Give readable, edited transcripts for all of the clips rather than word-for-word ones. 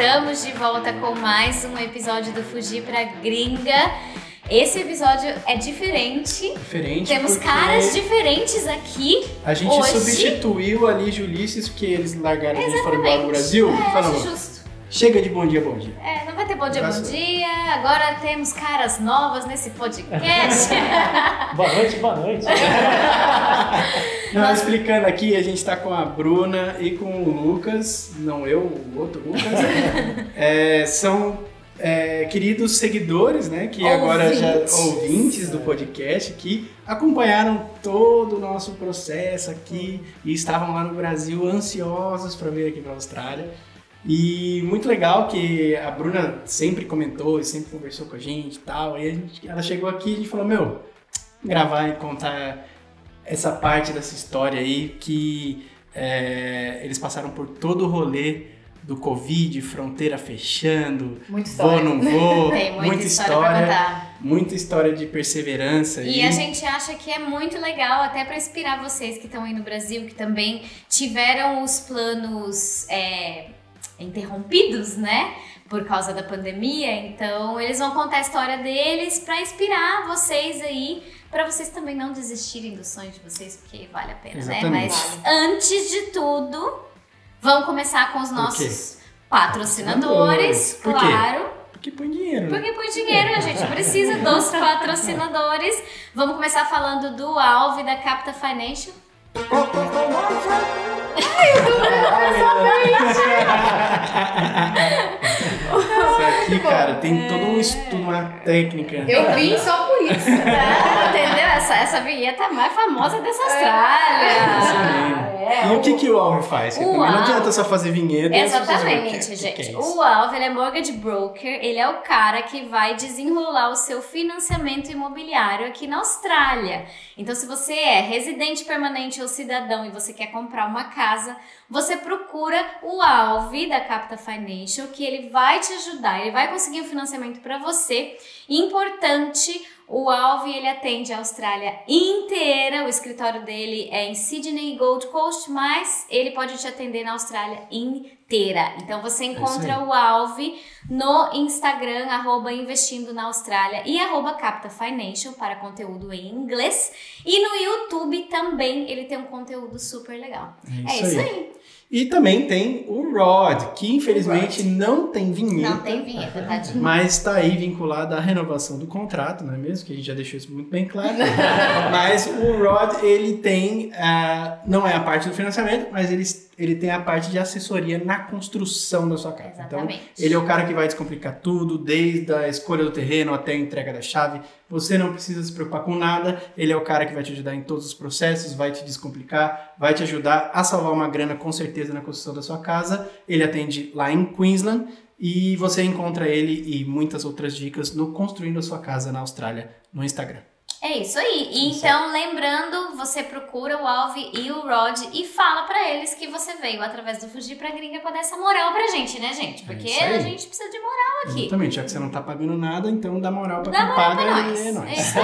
Estamos de volta com mais um episódio do Fugir pra Gringa. Esse episódio é diferente. Temos caras diferentes aqui. A gente hoje substituiu ali Ulisses, porque eles largaram e foram embora do Brasil. Acho justo. Chega de bom dia, bom dia. Não vai ter bom dia, bom dia. Agora temos caras novas nesse podcast. Boa noite. Não, explicando aqui, a gente tá com a Bruna e com o Lucas, não eu, o outro Lucas. São queridos seguidores, né, que agora já ouvintes do podcast, que acompanharam todo o nosso processo aqui e estavam lá no Brasil ansiosos para vir aqui para a Austrália. E muito legal que a Bruna sempre comentou e sempre conversou com a gente e tal. E ela chegou aqui e a gente falou, gravar e contar essa parte dessa história aí que eles passaram por todo o rolê do Covid, fronteira fechando, vou, não vou, tem muita história pra contar. Muita história de perseverança. E a gente acha que é muito legal, até para inspirar vocês que estão aí no Brasil, que também tiveram os planos interrompidos, né? Por causa da pandemia. Então, eles vão contar a história deles para inspirar vocês aí, para vocês também não desistirem dos sonhos de vocês, porque vale a pena, Exatamente. né? Mas antes de tudo, vamos começar com os nossos patrocinadores, Por quê? claro. Porque põe dinheiro, né? Porque põe dinheiro, a gente precisa dos patrocinadores. Vamos começar falando do Alve da Capta Financial. Isso aqui, cara, tem todo um estudo, uma técnica. Eu vim só por isso. Entendeu? Essa vinheta mais famosa dessa Austrália. E o que o Alve faz? Porque também não adianta só fazer vinheta. Exatamente, gente. O Alve, ele é mortgage broker, ele é o cara que vai desenrolar o seu financiamento imobiliário aqui na Austrália. Então, se você é residente permanente ou cidadão e você quer comprar uma casa, você procura o Alve da Capta Financial, que ele vai te ajudar, ele vai conseguir um financiamento para você. Importante, o Alve, ele atende a Austrália inteira, o escritório dele é em Sydney e Gold Coast, mas ele pode te atender na Austrália inteira. Então você encontra o Alve no Instagram, @investindo na Austrália e @Capta Financial para conteúdo em inglês. E no YouTube também ele tem um conteúdo super legal. É isso aí. E também tem o Rod, que infelizmente não tem vinheta. Não tem vinheta, tadinho. Mas está aí vinculado à renovação do contrato, não é mesmo? Que a gente já deixou isso muito bem claro. Mas o Rod, ele tem, não é a parte do financiamento, mas ele tem a parte de assessoria na construção da sua casa. Exatamente. Então, ele é o cara que vai descomplicar tudo, desde a escolha do terreno até a entrega da chave. Você não precisa se preocupar com nada, ele é o cara que vai te ajudar em todos os processos, vai te descomplicar, vai te ajudar a salvar uma grana com certeza na construção da sua casa. Ele atende lá em Queensland e você encontra ele e muitas outras dicas no Construindo a Sua Casa na Austrália no Instagram. É isso aí. E então, lembrando, você procura o Alve e o Rod e fala pra eles que você veio através do Fugir pra Gringa pra dar essa moral pra gente, né, gente? Porque a gente precisa de moral aqui. Exatamente, já que você não tá pagando nada, então dá moral pra Dá quem moral paga pra e nós. é nóis. É isso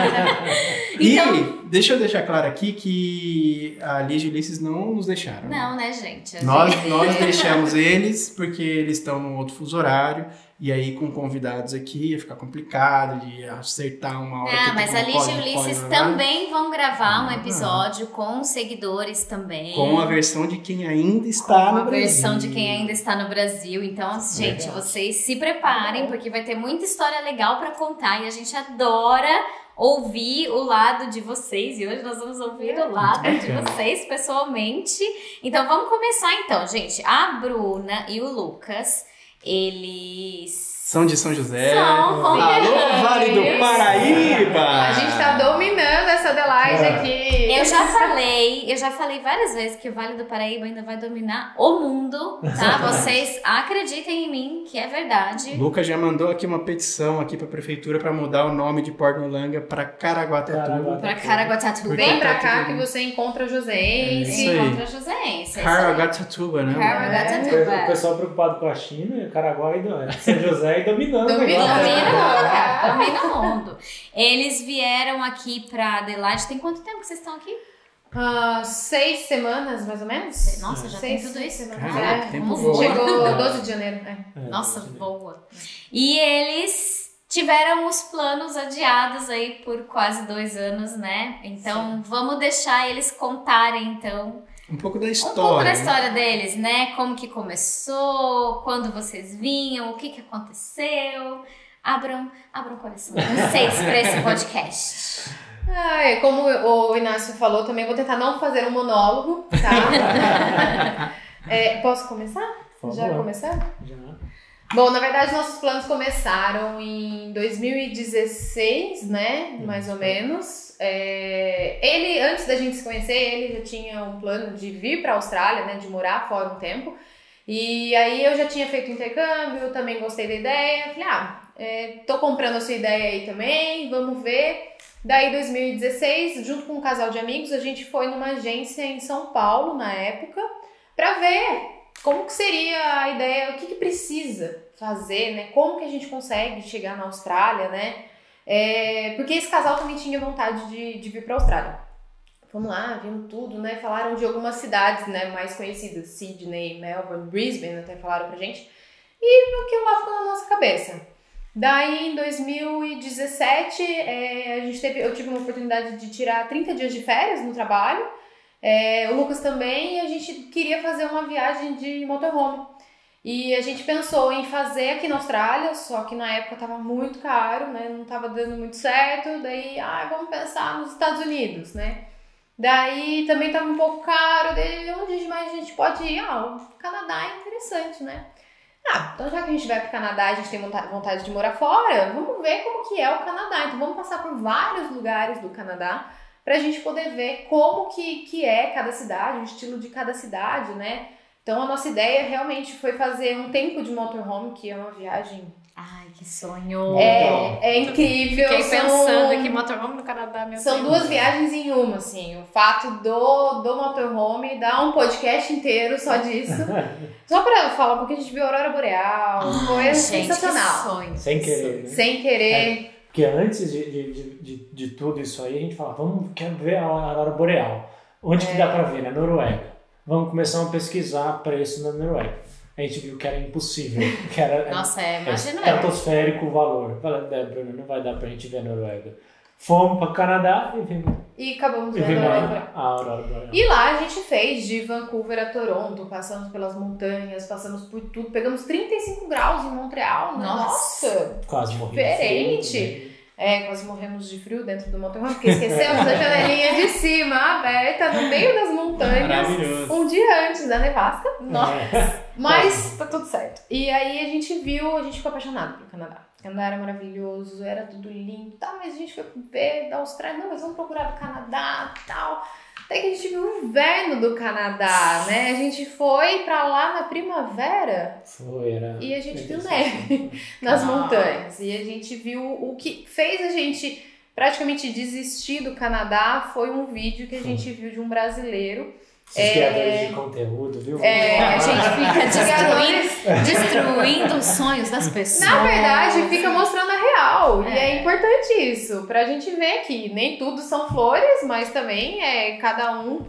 aí. Então, E deixa eu deixar claro aqui que a Ligia e o Ulisses não nos deixaram. não, né, gente? Nós deixamos eles porque eles estão num outro fuso horário. E aí, com convidados aqui, ia ficar complicado de acertar uma hora. Mas a Ligia e o Ulisses também vão gravar um episódio com seguidores também. Com a versão de quem ainda está no Brasil. A versão de quem ainda está no Brasil. Então, gente, vocês se preparem, porque vai ter muita história legal pra contar. E a gente adora ouvir o lado de vocês. E hoje nós vamos ouvir o lado de vocês pessoalmente. Então, vamos começar então, gente. A Bruna e o Lucas, eles são de São José. São Alô, Vale do Paraíba! A gente tá dominando essa Adelaide aqui. Eu já falei várias vezes que o Vale do Paraíba ainda vai dominar o mundo, tá? Vocês acreditem em mim, que é verdade. O Lucas já mandou aqui uma petição aqui pra prefeitura pra mudar o nome de Porto-Langa pra Caraguatatuba. Pra Caraguatatuba. Vem pra cá que você encontra Joséense. Encontra Joséense. Caraguatatuba, né? Caraguatatuba. O pessoal preocupado com a China, Caraguá e São José e dominando. Domina o mundo, cara. Domina o mundo. Eles vieram aqui pra Adelaide. Tem quanto tempo que vocês estão aqui? 6 semanas, mais ou menos. Nossa, já 6, tem tudo isso. semanas. Caraca, É, tempo como voa. voa. Chegou 12 de janeiro. Nossa, voa. E eles tiveram os planos adiados aí por quase 2 anos, né? Então, vamos deixar eles contarem, então, Um pouco da história. um pouco da né? história deles, né? Como que começou, quando vocês vinham, o que aconteceu. Abram o coração de vocês pra esse podcast. Como o Inácio falou, também vou tentar não fazer um monólogo, tá? Posso começar? Por Já favor. começar? Já. Bom, na verdade, nossos planos começaram em 2016, né? Mais ou menos. Ele, antes da gente se conhecer, ele já tinha um plano de vir para a Austrália, né? De morar fora um tempo. E aí eu já tinha feito intercâmbio, também gostei da ideia. Falei, tô comprando a sua ideia aí também, vamos ver. Daí, em 2016, junto com um casal de amigos, a gente foi numa agência em São Paulo, na época, para ver como que seria a ideia, o que precisa fazer, né? Como que a gente consegue chegar na Austrália, né? Porque esse casal também tinha vontade de vir para a Austrália. Vamos lá, vimos tudo, né? Falaram de algumas cidades, né, mais conhecidas, Sydney, Melbourne, Brisbane, até falaram pra gente. E aquilo lá ficou na nossa cabeça. Daí, em 2017, eu tive uma oportunidade de tirar 30 dias de férias no trabalho. O Lucas também, e a gente queria fazer uma viagem de motorhome. E a gente pensou em fazer aqui na Austrália, só que na época estava muito caro, né? Não estava dando muito certo. Daí, vamos pensar nos Estados Unidos, né? Daí também estava um pouco caro. Daí, onde mais a gente pode ir? O Canadá é interessante, né? Então já que a gente vai pro Canadá, a gente tem vontade de morar fora, vamos ver como que é o Canadá. Então vamos passar por vários lugares do Canadá pra gente poder ver como que é cada cidade, o estilo de cada cidade, né? Então a nossa ideia realmente foi fazer um tempo de motorhome, que é uma viagem... Ai, que sonho! É incrível. Fiquei pensando aqui, motorhome no Canadá, meu São sonho. 2 viagens em uma, assim. O fato do motorhome dá um podcast inteiro só disso. Só pra falar, porque a gente viu a Aurora Boreal. Foi gente, sensacional. Que sonho. Sem querer, né? Sem querer. Porque antes de tudo isso aí, a gente falava, quero ver a Aurora Boreal. Onde que dá pra ver? Na Noruega. Vamos começar a pesquisar preço na Noruega. A gente viu que era impossível. Que era, Nossa, imagina. estratosférico o valor. Falei, Bruno, não vai dar pra gente ver a Noruega. Fomos para o Canadá e vimos. E acabamos vendo a Aurora Boreal. E lá a gente fez de Vancouver a Toronto, passamos pelas montanhas, passamos por tudo, pegamos 35 graus em Montreal. Nossa! Quase morri. Diferente! Quase morremos de frio dentro do motorhome, porque esquecemos a janelinha de cima aberta no meio das montanhas. Maravilhoso. Um dia antes da nevasca. Nossa! Mas tá tudo certo. E aí a gente ficou apaixonado pelo Canadá. O Canadá era maravilhoso, era tudo lindo, tá? Mas a gente foi ver da Austrália, não, mas vamos procurar do Canadá e tal. Até que a gente viu o inverno do Canadá, né? A gente foi pra lá na primavera e a gente viu neve nas montanhas. E a gente viu o que fez a gente praticamente desistir do Canadá foi um vídeo que a gente viu de um brasileiro. Esses criadores de conteúdo, viu? A gente fica destruindo os sonhos das pessoas. Na verdade, fica mostrando a real. E é importante isso, pra gente ver que nem tudo são flores, mas também cada um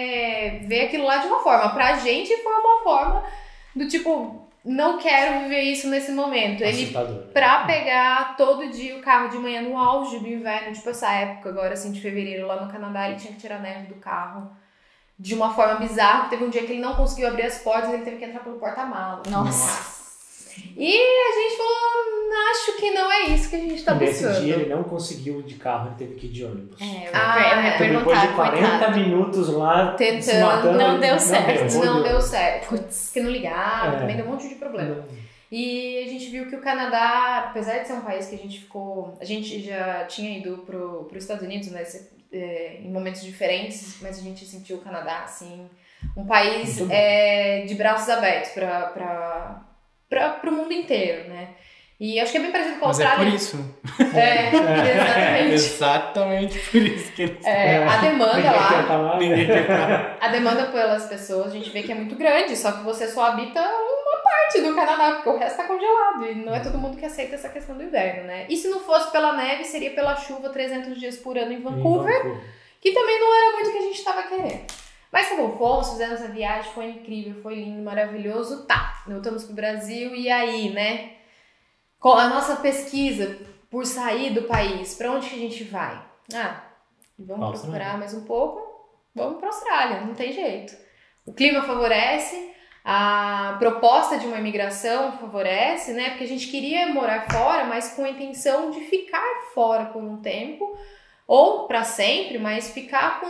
vê aquilo lá de uma forma. Pra gente foi uma forma do tipo, não quero viver isso nesse momento. Pra pegar todo dia o carro de manhã no auge do inverno, tipo essa época agora assim de fevereiro lá no Canadá, ele tinha que tirar a neve do carro. De uma forma bizarra, teve um dia que ele não conseguiu abrir as portas, ele teve que entrar pelo porta-malas. Nossa! E a gente falou, acho que não é isso que a gente tá buscando. Nesse dia ele não conseguiu ir de carro, ele teve que ir de ônibus. Eu ia Então, depois de 40 minutos lá, tentando, se matando, não deu certo. Não deu certo. Putz. Porque não ligava, também deu um monte de problema. E a gente viu que o Canadá, apesar de ser um país que a gente já tinha ido pro Estados Unidos, né? Em momentos diferentes, mas a gente sentiu o Canadá, assim, um país de braços abertos para o mundo inteiro, né? E acho que é bem parecido com a Austrália. Mas é por isso. Exatamente. Exatamente por isso que eles... A demanda lá, Ninguém quer pra... a demanda pelas pessoas, a gente vê que é muito grande, só que você só habita uma parte do Canadá, porque o resto tá congelado, e não é todo mundo que aceita essa questão do inverno, né? E se não fosse pela neve, seria pela chuva 300 dias por ano em Vancouver. Que E também não era muito o que a gente estava querendo. Mas tá bom, fomos, fizemos a viagem, foi incrível, foi lindo, maravilhoso. Tá, voltamos pro Brasil e aí, né? Com a nossa pesquisa por sair do país, pra onde que a gente vai? Vamos procurar mais um pouco, vamos pra Austrália, não tem jeito. O clima favorece, a proposta de uma imigração favorece, né? Porque a gente queria morar fora, mas com a intenção de ficar fora por um tempo, ou para sempre, mas ficar com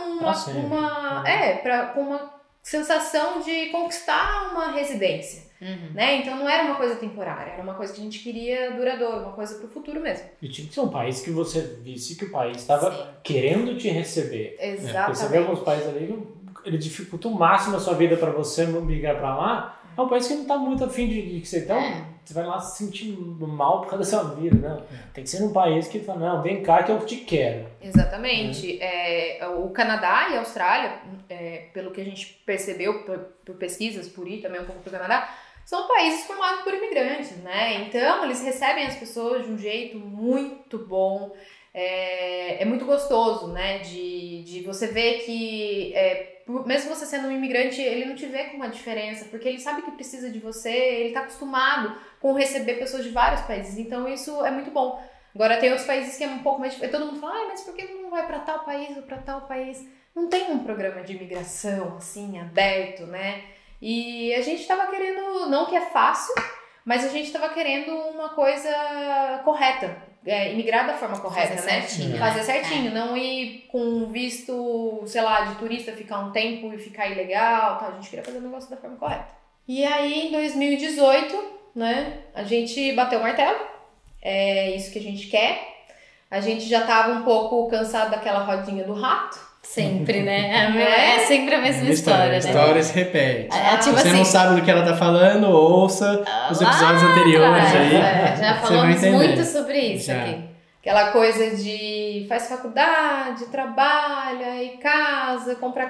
uma sensação de conquistar uma residência. Né? Então não era uma coisa temporária, era uma coisa que a gente queria duradoura, uma coisa pro futuro mesmo. E tinha que ser um país que você visse que o país estava querendo te receber. Exatamente. Você vê alguns países ali, ele dificulta o máximo a sua vida para você migrar para lá. É um país que não tá muito afim de que você... Então, você vai lá se sentir mal por causa da sua vida, né? Tem que ser um país que fala, não, vem cá que eu te quero. Exatamente. O Canadá e a Austrália, pelo que a gente percebeu por pesquisas, por ir também um pouco pro Canadá, são países formados por imigrantes, né? Então, eles recebem as pessoas de um jeito muito bom. É muito gostoso, né? De você ver que... mesmo você sendo um imigrante, ele não te vê com uma diferença, porque ele sabe que precisa de você, ele tá acostumado com receber pessoas de vários países, então isso é muito bom. Agora tem outros países que é um pouco mais diferente, todo mundo fala, mas por que não vai pra tal país ou pra tal país? Não tem um programa de imigração, assim, aberto, né? E a gente tava querendo, não que é fácil, mas a gente tava querendo uma coisa correta. Imigrar da forma correta, Fazer certinho, não ir com visto, sei lá, de turista, ficar um tempo e ficar ilegal, tá? A gente queria fazer o negócio da forma correta. E aí, em 2018, né, a gente bateu o martelo, é isso que a gente quer. A gente já tava um pouco cansado daquela rodinha do rato. Sempre, né? É sempre a mesma história, né? A história se repete. Tipo você assim, não sabe do que ela tá falando, ouça os episódios anteriores aí. Já falamos muito sobre isso aqui. Aquela coisa de faz faculdade, trabalha, e casa, compra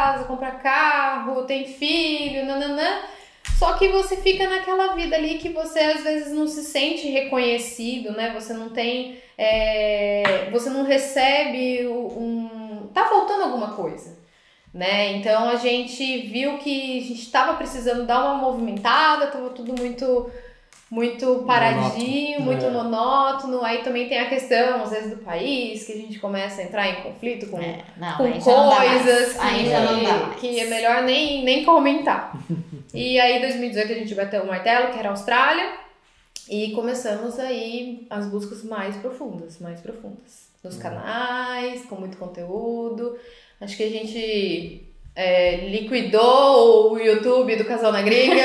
carro, tem filho, nananã. Só que você fica naquela vida ali que você às vezes não se sente reconhecido, né? Você não tem... você não recebe tá faltando alguma coisa, né? Então a gente viu que a gente estava precisando dar uma movimentada, tava tudo muito paradinho, muito monótono. Aí também tem a questão, às vezes, do país, que a gente começa a entrar em conflito com coisas que é melhor nem comentar. E aí, em 2018, a gente bateu o martelo, que era a Austrália, e começamos aí as buscas mais profundas. Nos canais, com muito conteúdo. Acho que a gente liquidou o YouTube do Casal na Gringa.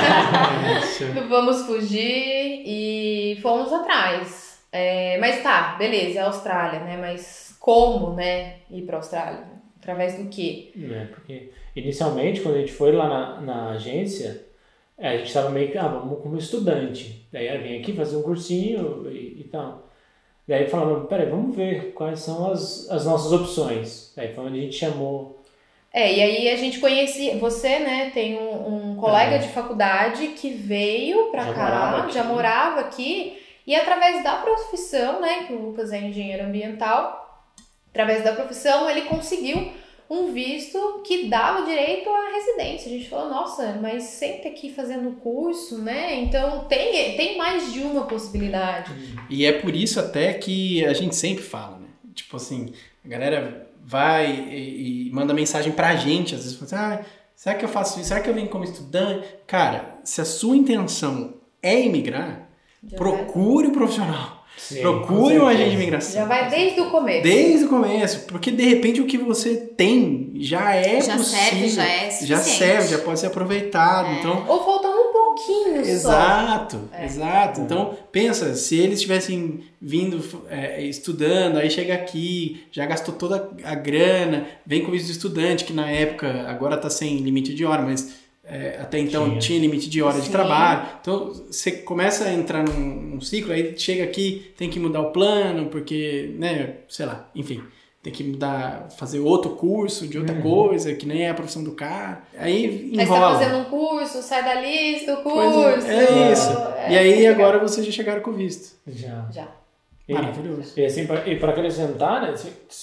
Vamos fugir e fomos atrás. Mas tá, beleza, é a Austrália, né? Mas como, né, ir pra Austrália? Através do quê? Porque inicialmente, quando a gente foi lá na agência, a gente tava meio que, vamos como estudante. Daí eu vim aqui fazer um cursinho e tal. Daí falamos, peraí, vamos ver quais são as nossas opções. Daí foi onde a gente chamou... E aí a gente conhecia... Você, né, tem um colega de faculdade que veio pra cá, já morava aqui. E através da profissão, né, que o Lucas é engenheiro ambiental, através da profissão ele conseguiu um visto que dava direito à residência. A gente falou, nossa, mas sempre aqui fazendo curso, né? Então tem mais de uma possibilidade. E é por isso até que a gente sempre fala, né? Tipo assim, a galera vai e manda mensagem pra gente, às vezes fala assim, será que eu faço isso? Será que eu venho como estudante? Cara, se a sua intenção é imigrar, procure o profissional. Sim, procure um agente de imigração. Já vai desde o começo. Desde o começo, porque de repente o que você tem já é possível. Já é suficiente. Já serve, já pode ser aproveitado. Então, ou falta um pouquinho exato. Então, pensa, se eles tivessem vindo estudando, aí chega aqui, já gastou toda a grana, vem com visto de estudante, que na época, agora tá sem limite de hora, mas... até então tinha limite de hora de trabalho. Então você começa a entrar num ciclo, aí chega aqui, tem que mudar o plano, porque, né, sei lá, enfim, tem que mudar, fazer outro curso de outra coisa, que nem é a profissão do cara. Aí enrola. Aí você tá fazendo um curso, sai da lista do curso. É isso. E aí agora vocês já chegaram com o visto. Já. Maravilhoso. E assim, para acrescentar, né,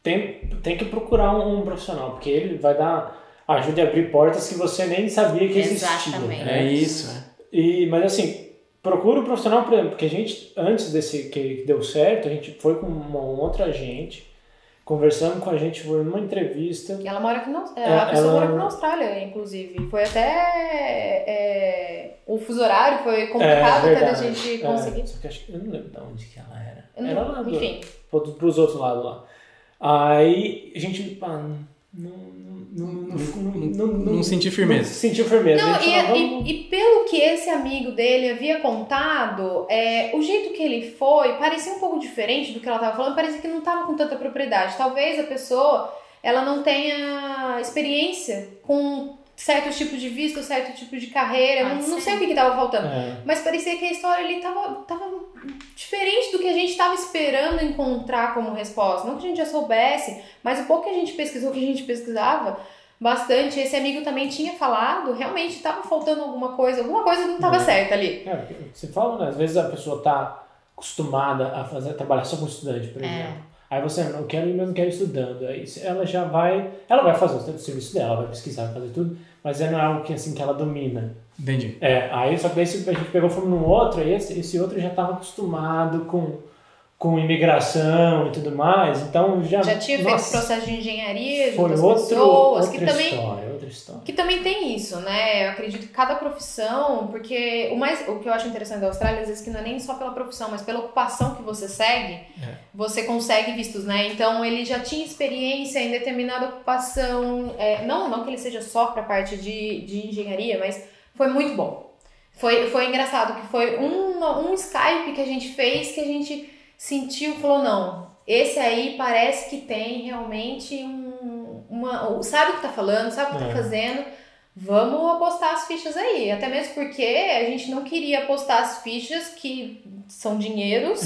tem que procurar um profissional, porque ele vai dar ajuda a abrir portas que você nem sabia que existiam. Exatamente. Né? É isso. Mas assim, procura um profissional, por exemplo, porque a gente, antes desse que deu certo, a gente foi com uma outra agente, conversando com a gente, foi numa entrevista. E ela mora aqui a pessoa mora aqui na Austrália, inclusive. Foi até... o fuso horário foi complicado até da gente conseguir. Só que eu não lembro de onde que ela era. Era lá enfim. Pros outros lados lá. Aí a gente... Não senti firmeza. Não sentiu firmeza. Não, e pelo que esse amigo dele havia contado, o jeito que ele foi parecia um pouco diferente do que ela estava falando, parecia que não estava com tanta propriedade. Talvez a pessoa ela não tenha experiência com certos tipos de visto, certo tipo de carreira, não sei o que estava faltando. Mas parecia que a história ali estava diferente do que a gente estava esperando encontrar como resposta. Não que a gente já soubesse, mas o pouco que a gente pesquisou, que a gente pesquisava bastante, esse amigo também tinha falado, realmente estava faltando alguma coisa não estava certa ali. Você fala, né? Às vezes a pessoa está acostumada a trabalhar só com estudante, por exemplo. Aí você não quer ir, mas não quer ir estudando. Aí ela vai fazer o serviço dela, vai pesquisar, vai fazer tudo, mas não é algo que, assim, que ela domina. Entendi. Aí só que daí a gente pegou, fomos num outro, e esse outro já estava acostumado com imigração e tudo mais, então já tinha feito processo de engenharia de outras pessoas, outra história. Que também tem isso, né? Eu acredito que cada profissão, porque o que eu acho interessante da Austrália, às vezes, que não é nem só pela profissão, mas pela ocupação que você segue, você consegue vistos, né? Então, ele já tinha experiência em determinada ocupação, não que ele seja só para a parte de engenharia, mas foi muito bom. Foi engraçado, que foi um Skype que a gente fez, que a gente sentiu, falou, não, esse aí parece que tem realmente sabe o que tá falando, sabe o que tá fazendo, vamos apostar as fichas aí, até mesmo porque a gente não queria apostar as fichas que são dinheiros,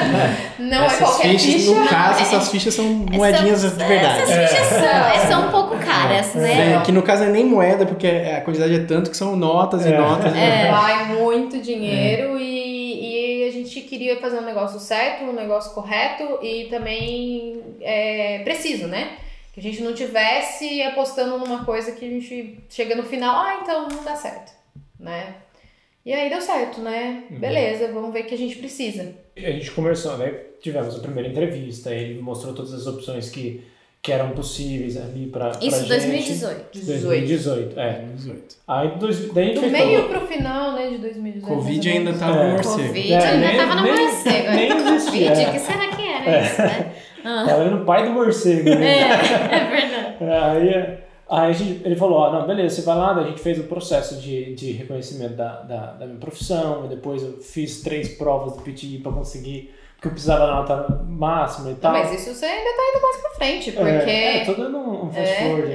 não é qualquer ficha. No caso, essas fichas são moedinhas de verdade. Essas fichas são um pouco caras, né? Que no caso é nem moeda, porque a quantidade é tanto que são notas e notas. Vai muito dinheiro e a gente queria fazer um negócio certo, um negócio correto e também preciso, né? Que a gente não tivesse apostando numa coisa que a gente chega no final, então não dá certo, né? E aí deu certo, né? Beleza, vamos ver o que a gente precisa. A gente conversou, né? Tivemos a primeira entrevista, ele mostrou todas as opções que eram possíveis ali pra Isso, gente. 2018. 2018. Aí daí a gente do meio pro final, né, de 2018. Covid ainda tava no morcego. Covid ainda tava no morcego. Nem existia. Covid, que será que era isso, né? Ela era o pai do morcego, né? É verdade. Aí ele falou, não, beleza, você vai lá, daí a gente fez o processo de reconhecimento da minha profissão, e depois eu fiz 3 provas do PTI pra conseguir, porque eu precisava da nota máxima e tal. Mas isso você ainda tá indo mais pra frente, porque... tô dando um fast forward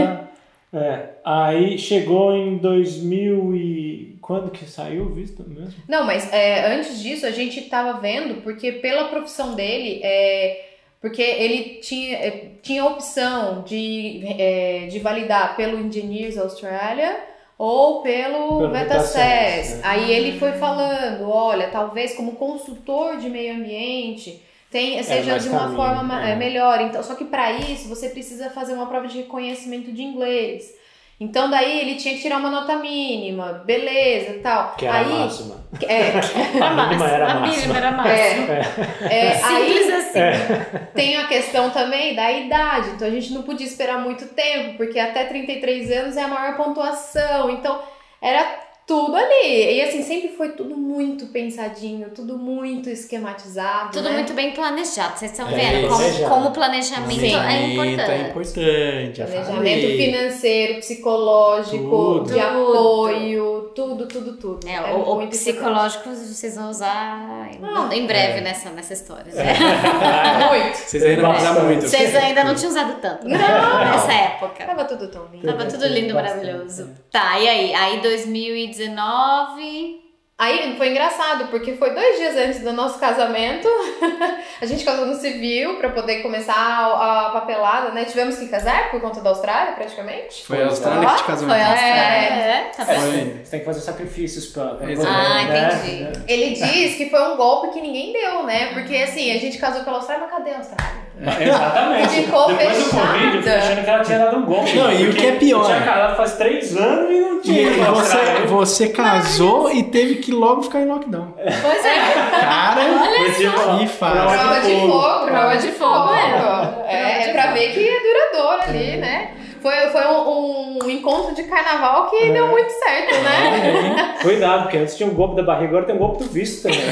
Aí chegou em 2000 e... Quando que saiu o visto mesmo? Não, mas antes disso a gente tava vendo, porque pela profissão dele... Porque ele tinha a opção de validar pelo Engineers Australia ou pelo VetaSES. Aí ele foi falando, olha, talvez como consultor de meio ambiente seja de uma forma melhor. Então, só que para isso você precisa fazer uma prova de reconhecimento de inglês. Então daí ele tinha que tirar uma nota mínima, beleza, tal. Que era a máxima. A mínima era a máxima. Simples assim. Tem a questão também da idade. Então a gente não podia esperar muito tempo, porque até 33 anos é a maior pontuação. Então era tudo ali. E assim, sempre foi tudo muito pensadinho, tudo muito esquematizado. Tudo muito bem planejado. Vocês estão vendo como o planejamento é importante. É importante. Planejamento financeiro, psicológico, de apoio, tudo. O psicológico vocês vão usar em breve nessa história. Né? Muito. Vocês ainda vão usar muito. Vocês ainda não tinham usado tanto nessa época. Tava tudo tão lindo. Tava tudo lindo, maravilhoso. Tá, e aí? Aí 2019... Aí foi engraçado, porque foi 2 dias antes do nosso casamento. A gente casou no civil pra poder começar a papelada, né? Tivemos que casar por conta da Austrália, praticamente. Foi a Austrália que te casou. Foi a Austrália. Tá bom. Você tem que fazer sacrifícios pra entendi. Ele diz que foi um golpe que ninguém deu, né? Porque assim, a gente casou pela Austrália, mas cadê a Austrália? Exatamente. Ficou Depois do Covid, eu fui achando que ela tinha dado um golpe. Não, e o que é pior? Eu tinha casado faz 3 anos e não E tinha. você casou e teve que logo ficar em lockdown. Pois é. Cara, que fácil. Prova de fogo. Prova de fogo, É pra ver que é duradouro ali, né? Foi um encontro de carnaval que deu muito certo, né? Cuidado, porque antes tinha um golpe da barriga, agora tem um golpe do visto também.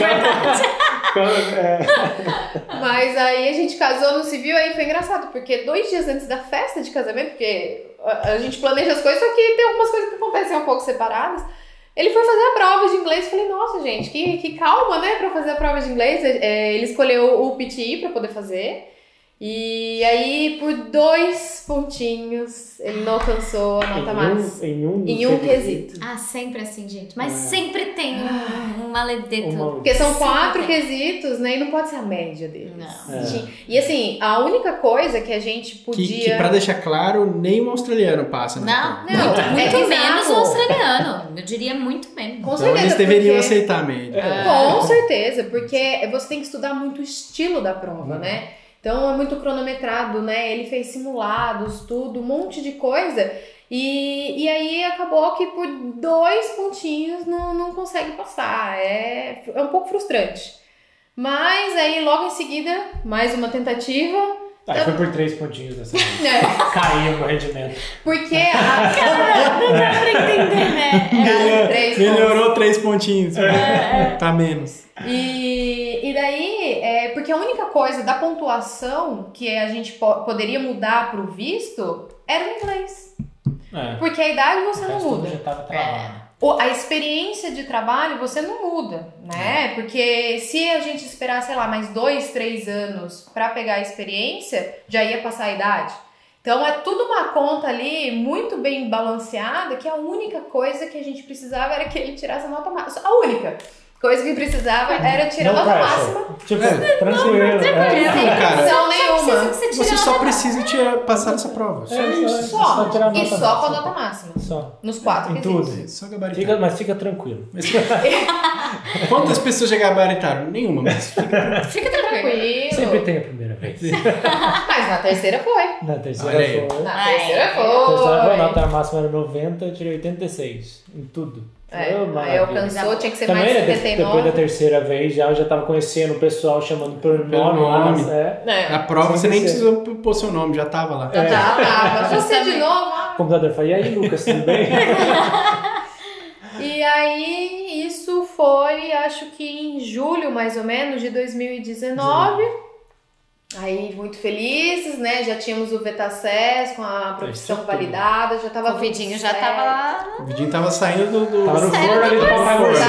Mas aí a gente casou no civil, aí foi engraçado, porque 2 dias antes da festa de casamento, porque a gente planeja as coisas, só que tem algumas coisas que acontecem um pouco separadas. Ele foi fazer a prova de inglês, falei, nossa gente, que calma, né, pra fazer a prova de inglês. Ele escolheu o PTE pra poder fazer. E aí, por 2 pontinhos, ele não alcançou a nota máxima. Em um quesito. Ah, sempre assim, gente. Mas sempre tem um maledeto. Porque são Sempre 4 tem. quesitos, né? E não pode ser a média deles. Não. E assim, a única coisa que a gente podia... Que pra deixar claro, nem um australiano passa, né? Não, muito É menos bizarro. o australiano. Eu diria muito menos. Com Então certeza, eles deveriam porque... aceitar a média. Com certeza, porque você tem que estudar muito o estilo da prova, né? Então é muito cronometrado, né? Ele fez simulados, tudo, um monte de coisa. E aí acabou que por 2 pontinhos não consegue passar. É um pouco frustrante. Mas aí logo em seguida, mais uma tentativa. Aí foi por 3 pontinhos dessa vez. Né? Caiu no rendimento. Porque Não dá pra entender, né? 3 pontos. Melhorou 3 pontinhos. Tá menos. E daí, porque a única coisa da pontuação que a gente poderia mudar pro visto era o inglês. Porque a idade você não muda. Já tava travado. A experiência de trabalho você não muda, né? Porque se a gente esperar, sei lá, mais 2, 3 anos pra pegar a experiência, já ia passar a idade. Então é tudo uma conta ali muito bem balanceada, que a única coisa que a gente precisava era que ele tirasse a nota máxima. A única coisa que precisava era tirar a nota máxima. Tipo, tranquilo. Sem cara, pressão nenhuma. Você só precisa passar essa prova. Só. tirar a E nota só com a máxima. nota máxima. Só. Nos 4 Em quesitos. tudo. Só gabaritar. Mas fica tranquilo. Quantas pessoas já gabaritaram? Nenhuma, mas Fica tranquilo. Sempre tem a primeira vez. Mas na terceira foi. Na terceira Olha aí. foi. Na terceira A terceira foi. a nota máxima era 90, eu tirei 86 em tudo. Aí Maravilha. alcançou, tinha que ser Também, mais né, 79. depois da terceira vez, já eu já tava conhecendo o pessoal chamando pelo nome. nome. na prova você nem precisou pôr seu nome, já tava lá. Já tava. Você de novo. O computador fala, e aí, Lucas, tudo bem? E aí, isso foi, acho que em julho, mais ou menos, de 2019. Aí, muito felizes, né? Já tínhamos o VetaCES com a profissão validada, já tava O Vidinho já certo. tava lá. O Vidinho tava saindo do... Tava no Sério, forno ali do papai morcego.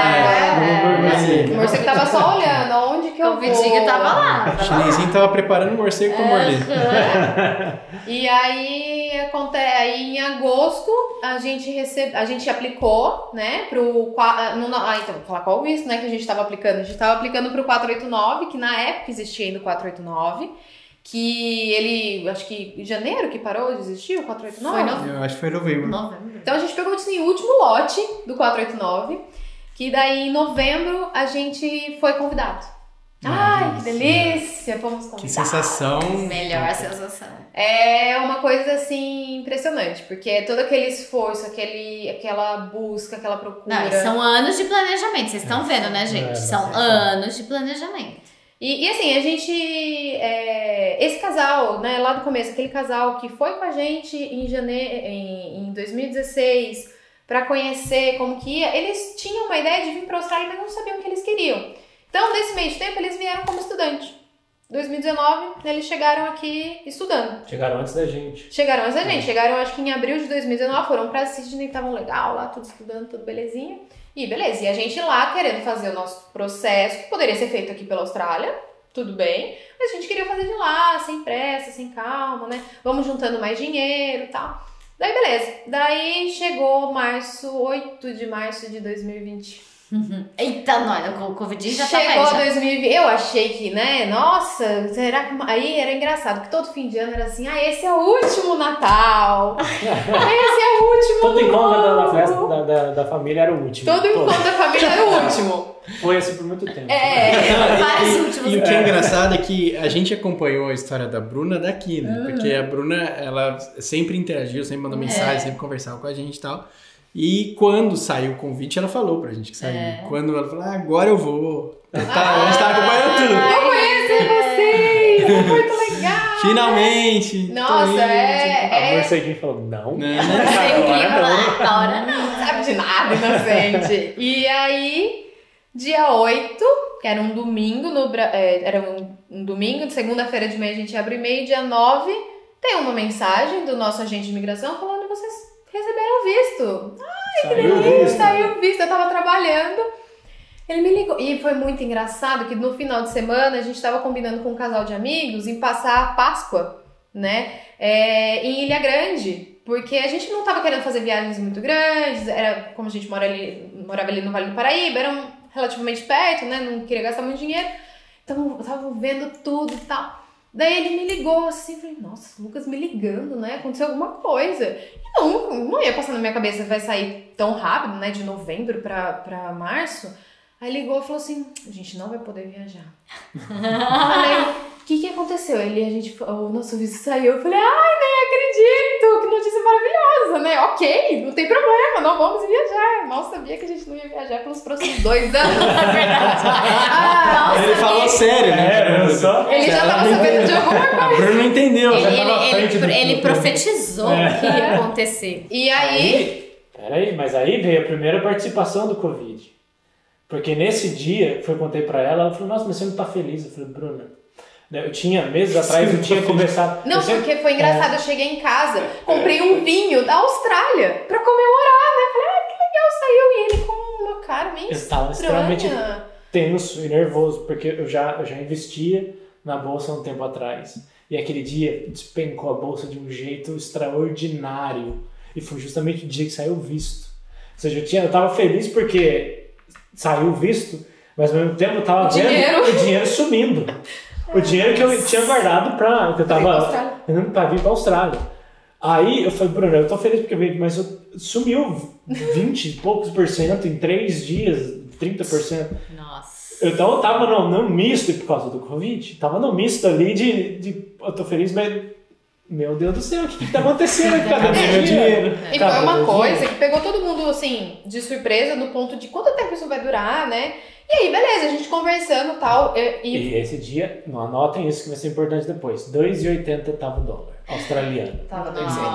O morcego tava só olhando, aonde que eu O Vidinho vou? tava lá. O chinesinho tava preparando o morcego pra morder. E aí, aí em agosto a gente aplicou, né, pro então vou falar qual o visto, né, que a gente tava aplicando. A gente tava aplicando pro 489, que na época existia ainda o 489, que ele, acho que em janeiro que parou de existir o 489. Eu acho que foi novembro. Então a gente pegou assim, o último lote do 489, que daí em novembro a gente foi convidado. Ai, que delícia! Fomos convidados. Que sensação. Melhor sensação. É uma coisa assim impressionante, porque é todo aquele esforço, aquela busca, aquela procura. Não, e são anos de planejamento. Vocês estão vendo, né, gente? São anos de planejamento. E assim, a gente. Esse casal, né, lá do começo, aquele casal que foi com a gente em 2016 para conhecer como que ia, eles tinham uma ideia de vir para a Austrália, mas não sabiam o que eles queriam. Então, nesse meio de tempo, eles vieram como estudante. 2019, eles chegaram aqui estudando. Chegaram antes da gente. Chegaram antes da gente. Chegaram, acho que em abril de 2019, foram pra Sydney, estavam legal lá, tudo estudando, tudo belezinha. E beleza, e a gente lá querendo fazer o nosso processo, que poderia ser feito aqui pela Austrália, tudo bem, mas a gente queria fazer de lá, sem pressa, sem calma, né? Vamos juntando mais dinheiro e tal. Daí beleza, daí chegou 8 de março de 2020. Eita, não, o Covid já Chegou tá 2020, eu achei que, né, nossa, será que... Aí era engraçado, que todo fim de ano era assim, esse é o último Natal, esse é o último Todo encontro da Novo. festa da família era o último. Todo encontro da família era o último. Foi assim por muito tempo. vários últimos. E o que é engraçado é que a gente acompanhou a história da Bruna daqui, né? Porque a Bruna, ela sempre interagiu, sempre mandou mensagem, sempre conversava com a gente e tal. E quando saiu o convite, ela falou pra gente que saiu. Quando ela falou, agora eu vou. A gente tá acompanhando tudo. Vou conhecer vocês, é muito legal. Finalmente. Nossa, A morceguinha falou, não. Agora não. Não sabe de nada, inocente. E aí, dia 8, que era um domingo, era um domingo, de segunda-feira de manhã a gente abre e-mail, dia 9, tem uma mensagem do nosso agente de imigração falando que vocês receberam visto. Saiu o visto, eu tava trabalhando. Ele me ligou. E foi muito engraçado que no final de semana a gente tava combinando com um casal de amigos em passar a Páscoa, né? Em Ilha Grande. Porque a gente não tava querendo fazer viagens muito grandes. Era como a gente morava ali no Vale do Paraíba, era relativamente perto, né? Não queria gastar muito dinheiro. Então eu tava vendo tudo e tal. Daí ele me ligou assim, falei, nossa, o Lucas me ligando, né? Aconteceu alguma coisa. E não ia passar na minha cabeça, vai sair tão rápido, né? De novembro pra março. Aí ligou e falou assim, a gente não vai poder viajar. Falei, o que aconteceu? O nosso visto saiu. Eu falei, nem acredito, que notícia maravilhosa, né? Ok, não tem problema, não vamos viajar. Mal sabia que a gente não ia viajar pelos próximos 2 anos. É verdade. Ele falou sério, né? Ele já tava sabendo de alguma coisa. A Bruna não entendeu. Ele profetizou o que ia acontecer. E aí... Peraí, mas aí veio a primeira participação do Covid. Porque nesse dia, eu contei pra ela falou, nossa, mas você não tá feliz? Eu falei, Bruna, eu tinha, meses atrás, eu tinha começado... Não, porque foi engraçado, eu cheguei em casa, comprei um vinho da Austrália pra comemorar, né? Falei, que legal, saiu. E ele com uma cara meio estranha. Eu estava extremamente tenso e nervoso, porque eu já investia na bolsa há um tempo atrás. E aquele dia despencou a bolsa de um jeito extraordinário. E foi justamente o dia que saiu o visto. Ou seja, eu tava feliz porque saiu o visto, mas ao mesmo tempo eu tava vendo o dinheiro sumindo. O dinheiro que eu tinha guardado que eu tava pra vir pra Austrália. Aí eu falei, Bruno, eu tô feliz porque veio, mas sumiu 20 e poucos % em 3 dias, 30%. Nossa. Então eu tava no misto por causa do Covid, tava no misto ali eu tô feliz, mas meu Deus do céu, o que tá acontecendo aqui? Cadê meu dinheiro? E foi uma coisa que pegou todo mundo, assim, de surpresa no ponto de quanto tempo isso vai durar, né? E aí, beleza, a gente conversando e tal. E esse dia, não anotem isso que vai ser importante depois, 2,80 tava o dólar australiano. Tava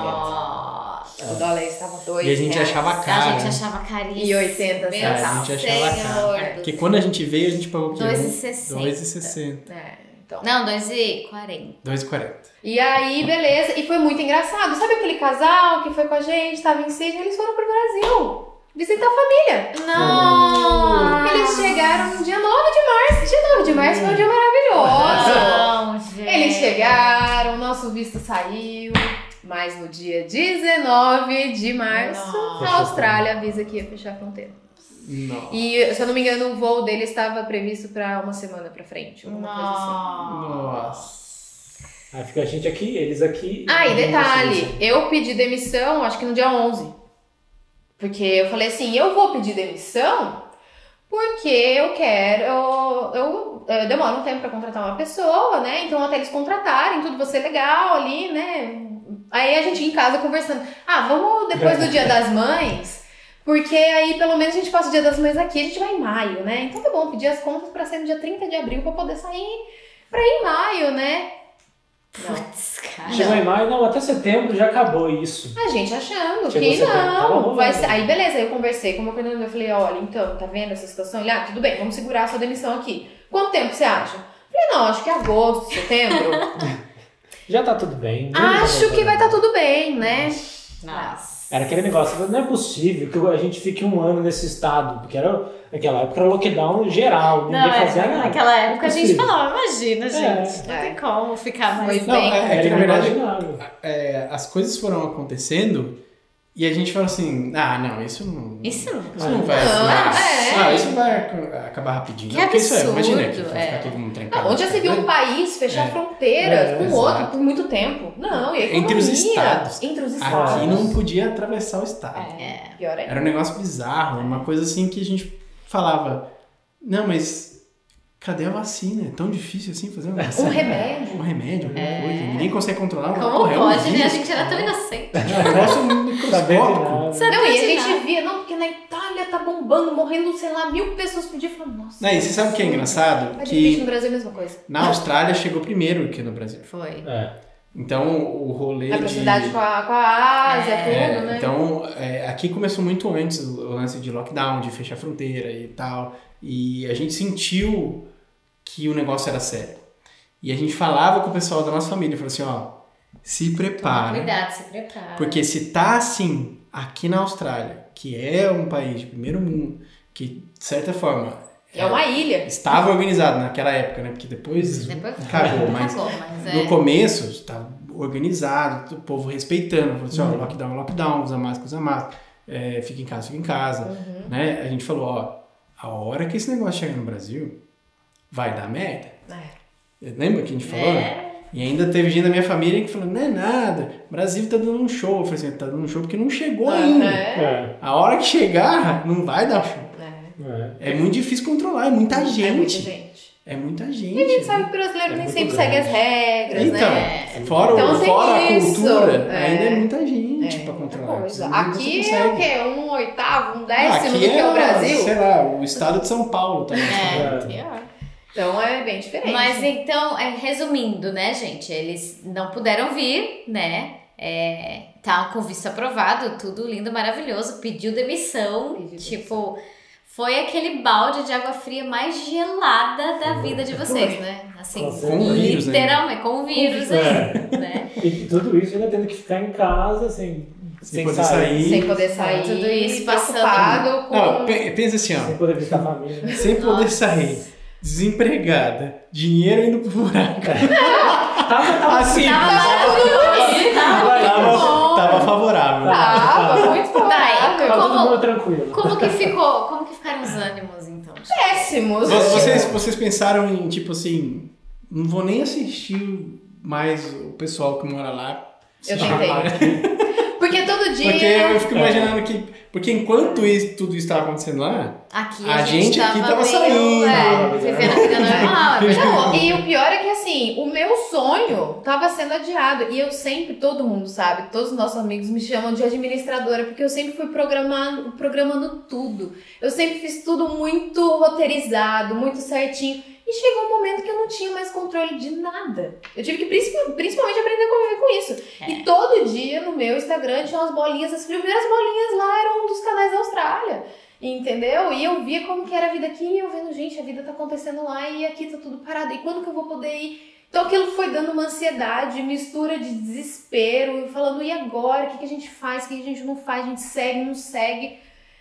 2,80. O dólar estava 2. E a gente achava caro. A gente achava caríssimo. E 80 a gente achava caro. Porque quando a gente veio, a gente pagou o quê? 2,60. 2,60. Então. Não, 2,40. 2,40. E aí, beleza. E foi muito engraçado. Sabe aquele casal que foi com a gente, tava em Sydney, eles foram pro Brasil visitar a família. Não! Eles chegaram no dia 9 de março. Dia 9 de março foi um dia maravilhoso. Não, gente. Eles chegaram, nosso visto saiu. Mas no dia 19 de março, a Austrália avisa que ia fechar a fronteira. Não. E, se eu não me engano, o voo dele estava previsto para uma semana pra frente. Alguma coisa assim. Nossa. Aí fica a gente aqui, eles aqui. Ah, e detalhe, eu pedi demissão, acho que no dia 11. Porque eu falei assim, eu vou pedir demissão porque eu quero... Eu demoro um tempo pra contratar uma pessoa, né? Então até eles contratarem, tudo vai ser legal ali, né? Aí a gente ia em casa conversando. Vamos depois do Dia das Mães... Porque aí, pelo menos, a gente passa o Dia das Mães aqui, a gente vai em maio, né? Então tá bom, pedir as contas pra ser no dia 30 de abril pra poder sair pra ir em maio, né? Putz, cara. Chegou em maio, não, até setembro já acabou isso. A gente achando Chegou que setembro, tava não, rolando. vai ser... Aí beleza, aí eu conversei com o meu coordenador, eu falei, olha, então, tá vendo essa situação? Ele, tudo bem, vamos segurar a sua demissão aqui. Quanto tempo você acha? Eu falei, não, acho que agosto, setembro. Já tá tudo bem. Acho que vai estar tudo bem, né? Nossa. Era aquele negócio, não é possível que a gente fique um ano nesse estado, porque naquela época era lockdown geral, ninguém fazia nada. Naquela época a gente Impossível. falava, imagina, gente, não tem como ficar mais Foi Não, bem. é que na verdade inimaginável. as coisas foram acontecendo E a gente falou assim, não, isso não vai isso vai acabar rapidinho. Que absurdo, imagina que vai ficar todo mundo trancado. Onde já se viu um país fechar fronteiras com outro por muito tempo? Não, e a economia? Entre os estados. Aqui não podia atravessar o estado. Pior Era um negócio bizarro, uma coisa assim que a gente falava, não, mas cadê a vacina? É tão difícil assim fazer uma vacina? Um remédio, alguma coisa. Ninguém consegue controlar. Como pode, né? A gente era tão inocente. Negócio microscópico. Não, e a gente via, porque na Itália tá bombando, morrendo, sei lá, 1.000 pessoas por dia. Falando, nossa. Não, e você sabe o que é engraçado? Mas que no Brasil é a mesma coisa. Na Austrália chegou primeiro que no Brasil. Foi. Então, o rolê a proximidade com a Ásia, tudo, né? Então, aqui começou muito antes o lance de lockdown, de fechar a fronteira e tal. E a gente sentiu que o negócio era sério. E a gente falava com o pessoal da nossa família, falou assim, se prepara. Toma cuidado, se prepara. Porque se tá assim, aqui na Austrália, que é um país de primeiro mundo, que, de certa forma... É uma ilha. Estava organizado naquela época, né? Porque depois cagou, mas no começo estava organizado, o povo respeitando. Falou assim, lockdown, usa máscara, fica em casa. Né? A gente falou, a hora que esse negócio chegar no Brasil, vai dar merda. Lembra que a gente falou? E ainda teve gente da minha família que falou, não é nada, o Brasil tá dando um show. Eu falei assim, tá dando um show porque não chegou ainda. A hora que chegar, não vai dar show. É muito difícil controlar, é muita gente. É muita gente. E a gente sabe que o brasileiro nem sempre segue as regras, né? Fora a cultura, ainda é muita gente pra controlar. Aqui é o quê? 1/8, 1/10 do que é o Brasil? Sei lá, o estado de São Paulo também. Então é bem diferente. Mas então, resumindo, né, gente? Eles não puderam vir, né? Tá com visto aprovado, tudo lindo, maravilhoso. Pediu demissão. Foi aquele balde de água fria mais gelada da vida de vocês, né? Assim, literalmente, com o vírus aí, né? E tudo isso ainda tendo que ficar em casa, sem poder sair. Sem poder sair. Tudo isso passando. Não, pensa assim, sem poder visitar a família. Sem poder sair. Desempregada. Dinheiro indo pro buraco. Assim, tava favorável. Tava muito favorável. Tava todo mundo tranquilo. Como que ficaram os ânimos, então? Péssimos. Vocês pensaram em, tipo assim, não vou nem assistir mais o pessoal que mora lá. Eu tentei. Porque todo dia... Porque eu fico imaginando que... Porque enquanto tudo isso estava acontecendo lá, aqui a gente aqui tava saindo. Vivendo a vida normal. Não, e o pior é que assim, o meu sonho tava sendo adiado. E eu sempre, todo mundo sabe, todos os nossos amigos me chamam de administradora, porque eu sempre fui programando tudo. Eu sempre fiz tudo muito roteirizado, muito certinho. E chegou um momento que eu não tinha mais controle de nada. Eu tive que principalmente aprender a conviver com isso. E todo dia no meu Instagram tinha umas bolinhas, as primeiras bolinhas lá eram um dos canais da Austrália. Entendeu? E eu via como que era a vida aqui e eu vendo, gente, a vida tá acontecendo lá e aqui tá tudo parado. E quando que eu vou poder ir? Então aquilo foi dando uma ansiedade, mistura de desespero, falando, e agora? O que a gente faz? O que a gente não faz? A gente segue, não segue?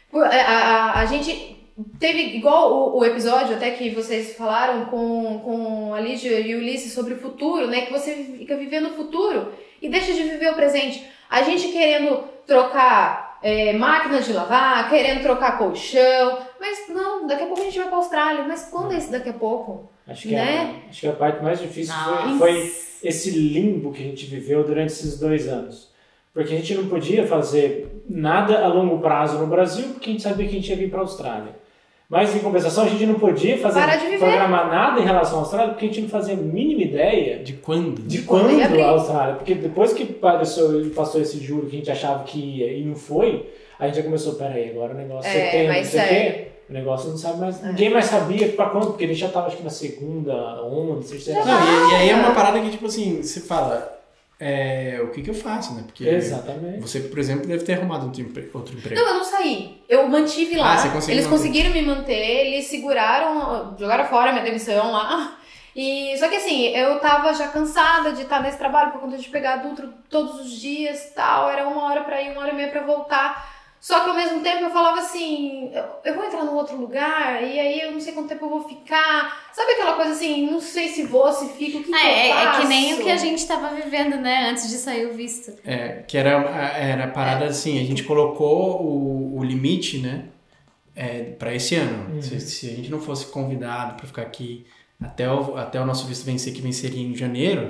A gente... Teve igual o episódio até que vocês falaram com a Lígia e o Ulisses sobre o futuro, né? Que você fica vivendo o futuro e deixa de viver o presente. A gente querendo trocar máquinas de lavar, querendo trocar colchão, mas não, daqui a pouco a gente vai pra Austrália. Mas quando é esse daqui a pouco? Acho que a parte mais difícil foi esse limbo que a gente viveu durante esses 2 anos. Porque a gente não podia fazer nada a longo prazo no Brasil, porque a gente sabia que a gente ia vir para a Austrália. Mas, em compensação, a gente não podia programar nada em relação à Austrália, porque a gente não fazia a mínima ideia de quando a Austrália. Porque depois que passou esse juro que a gente achava que ia e não foi, a gente já começou, peraí, agora o negócio setembro, não sei o quê. O negócio não sabe mais. Ninguém mais sabia pra quando, porque ele já tava, acho que na segunda onda, terceira. E aí é uma parada que, tipo assim, você fala... o que eu faço, né? Porque exatamente. Você, por exemplo, deve ter arrumado outro emprego. Não, eu não saí. Eu mantive lá. Eles conseguiram me manter, eles jogaram fora a minha demissão lá. Só que assim, eu tava já cansada de estar nesse trabalho por conta de pegar adulto todos os dias e tal. Era 1 hora pra ir, 1 hora e meia pra voltar. Só que ao mesmo tempo eu falava assim, eu vou entrar num outro lugar e aí eu não sei quanto tempo eu vou ficar. Sabe aquela coisa assim, não sei se vou, se fico, o que eu faço? É que nem o que a gente tava vivendo, né, antes de sair o visto. Que era a parada assim, a gente colocou o limite, né, pra esse ano. Se a gente não fosse convidado pra ficar aqui até o nosso visto vencer, que venceria em janeiro,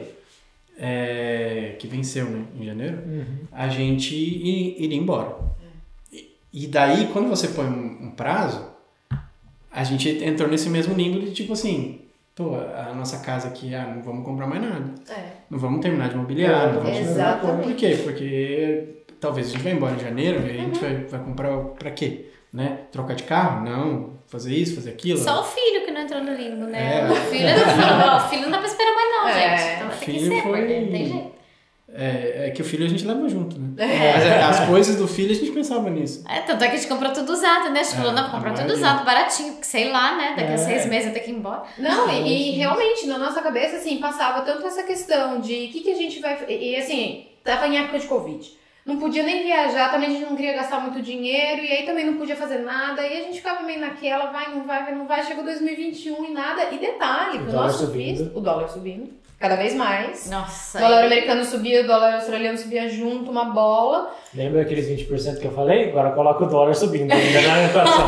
que venceu, né, em janeiro, a gente iria embora. E daí, quando você põe um prazo, a gente entrou nesse mesmo limbo de tipo assim, pô, a nossa casa aqui, não vamos comprar mais nada. Não vamos terminar de mobiliar. Exatamente. Por quê? Porque talvez a gente vai embora em janeiro e a gente vai comprar pra quê? Né? Trocar de carro? Não. Fazer isso, fazer aquilo? Só o filho que não entrou no limbo, né? O filho não dá pra esperar mais não, gente. Então vai ter que ser, porque não tem jeito. É que o filho a gente leva junto, né? Mas as coisas do filho a gente pensava nisso. Tanto é que a gente comprou tudo usado, né? A gente falou, não, comprar tudo usado, baratinho, porque sei lá, né? Daqui a 6 meses eu tenho que ir embora. Não, e realmente, na nossa cabeça, assim, passava tanto essa questão de o que a gente vai... E assim, tava em época de Covid. Não podia nem viajar, também a gente não queria gastar muito dinheiro, e aí também não podia fazer nada, e a gente ficava meio naquela, vai, não vai, chegou 2021 e nada. E detalhe, o nosso visto, o dólar subindo. Cada vez mais. Nossa. O dólar americano subia, o dólar australiano subia junto, uma bola. Lembra aqueles 20% que eu falei? Agora coloca o dólar subindo ainda na inflação.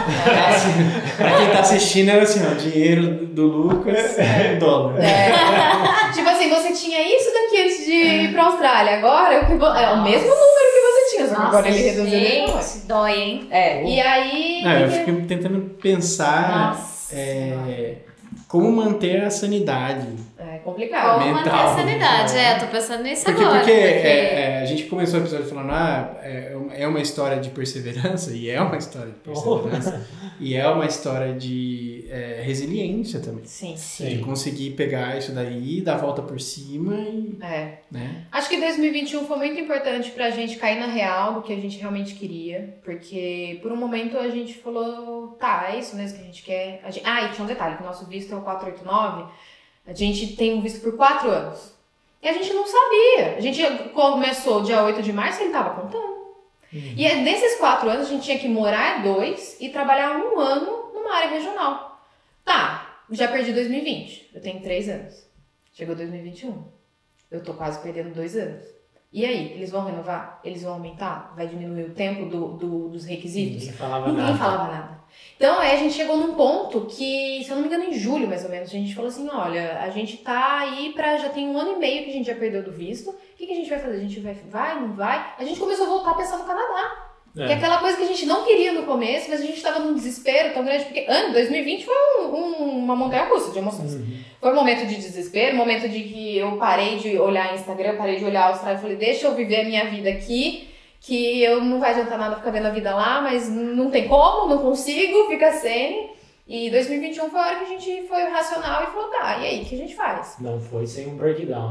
Pra quem tá assistindo, era assim, ó, dinheiro do Lucas, dólar. Tipo assim, você tinha isso daqui antes de ir pra Austrália. Agora é o mesmo número que você tinha, só que agora ele reduziu. Gente, dói, hein? E aí... Eu fiquei tentando pensar como manter a sanidade. É complicado. Como manter a sanidade, eu tô pensando nisso agora. Porque a gente começou o episódio falando, é uma história de perseverança, e é uma história de perseverança, e é uma história de resiliência também. Sim. De conseguir pegar isso daí, dar a volta por cima e... Né? Acho que 2021 foi muito importante pra gente cair na real do que a gente realmente queria, porque por um momento a gente falou, é isso mesmo que a gente quer. E tinha um detalhe, que o nosso visto é o 489, a gente tem um visto por 4 anos. E a gente não sabia. A gente começou dia 8 de março e ele tava contando. E nesses 4 anos a gente tinha que morar 2 e trabalhar 1 ano numa área regional. Já perdi 2020. Eu tenho 3 anos. Chegou 2021. Eu tô quase perdendo 2 anos. E aí? Eles vão renovar? Eles vão aumentar? Vai diminuir o tempo dos requisitos? Ninguém falava nada. Então, a gente chegou num ponto que, se eu não me engano, em julho, mais ou menos, a gente falou assim, olha, a gente tá aí já tem 1 ano e meio que a gente já perdeu do visto, o que a gente vai fazer? A gente vai, não vai? A gente começou a voltar a pensar no Canadá. Que é aquela coisa que a gente não queria no começo, mas a gente tava num desespero tão grande, porque 2020 foi uma montanha-russa de emoções. Foi um momento de desespero, um momento de que eu parei de olhar Instagram, parei de olhar a Austrália e falei, deixa eu viver a minha vida aqui, que eu não vai adiantar nada ficar vendo a vida lá, mas não tem como, não consigo, fica sem. E 2021 foi a hora que a gente foi racional e falou, e aí, o que a gente faz? Não foi sem um breakdown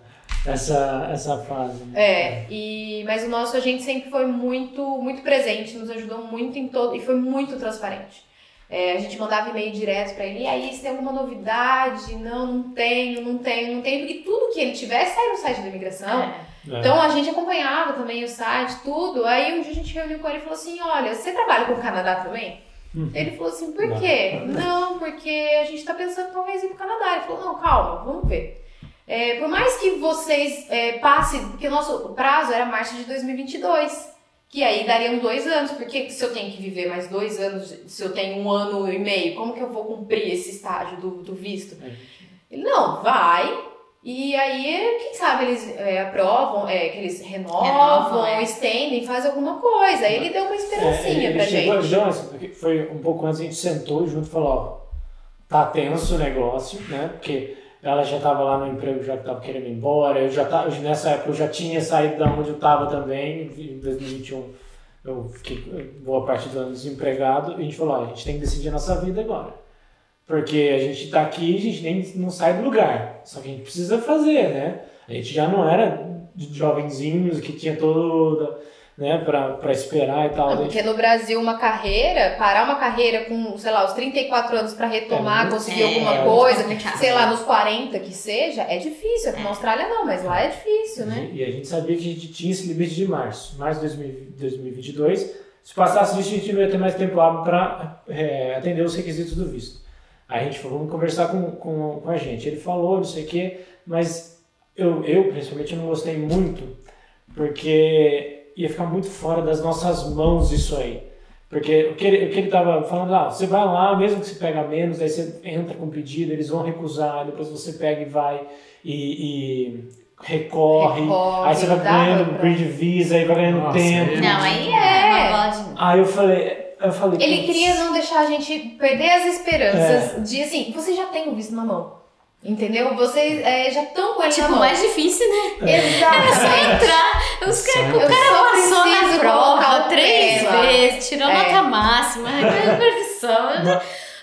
essa fase. Mas o nosso a gente sempre foi muito, muito presente, nos ajudou muito em todo, e foi muito transparente. A gente mandava e-mail direto pra ele, e aí, se tem alguma novidade? Não tenho, porque tudo que ele tivesse saiu no site da imigração. Então a gente acompanhava também o site, tudo. Aí um dia a gente reuniu com ele e falou assim, olha, você trabalha com o Canadá também? Ele falou assim, por quê? Não, porque a gente tá pensando talvez ir pro Canadá. Ele falou, não, calma, vamos ver. Por mais que vocês passem, porque o nosso prazo era março de 2022, que aí dariam 2 anos, porque se eu tenho que viver mais 2 anos, se eu tenho 1 ano e meio, como que eu vou cumprir esse estágio do visto? Ele, não, vai, e aí, quem sabe eles aprovam, que eles renovam, estendem, fazem alguma coisa. Aí ele deu uma esperancinha pra gente. Foi um pouco antes, a gente sentou junto e falou, tá tenso o negócio, né, porque... Ela já estava lá no emprego, já estava querendo ir embora. Nessa época eu já tinha saído da onde eu estava também. Em 2021 eu fiquei boa parte do ano desempregado. E a gente falou, a gente tem que decidir a nossa vida agora. Porque a gente está aqui, a gente nem não sai do lugar. Só que a gente precisa fazer, né? A gente já não era de jovenzinhos que tinha toda né, pra esperar e tal. Não, porque no Brasil parar uma carreira com, sei lá, os 34 anos pra retomar, conseguir alguma coisa, sei lá, nos 40 que seja, é difícil. Aqui na Austrália não, mas lá é difícil, né? E a gente sabia que a gente tinha esse limite de março de 2022. Se passasse isso, a gente não ia ter mais tempo hábil para atender os requisitos do visto. Aí a gente falou, vamos conversar com a gente. Ele falou, não sei o quê, mas eu principalmente não gostei muito, porque ia ficar muito fora das nossas mãos isso aí. Porque o que ele tava falando, você vai lá, mesmo que você pega menos, aí você entra com pedido, eles vão recusar, depois você pega e vai e recorre, aí você vai ganhando bridge visa, aí vai ganhando tempo. Não, aí é. Aí eu falei... Ele queria não deixar a gente perder as esperanças de, assim, você já tem o visto na mão. Entendeu? Vocês já estão com ele na mão. Mais difícil, né? Exato. É só entrar. O cara passou na prova 3 vezes, tirou nota máxima, profissão.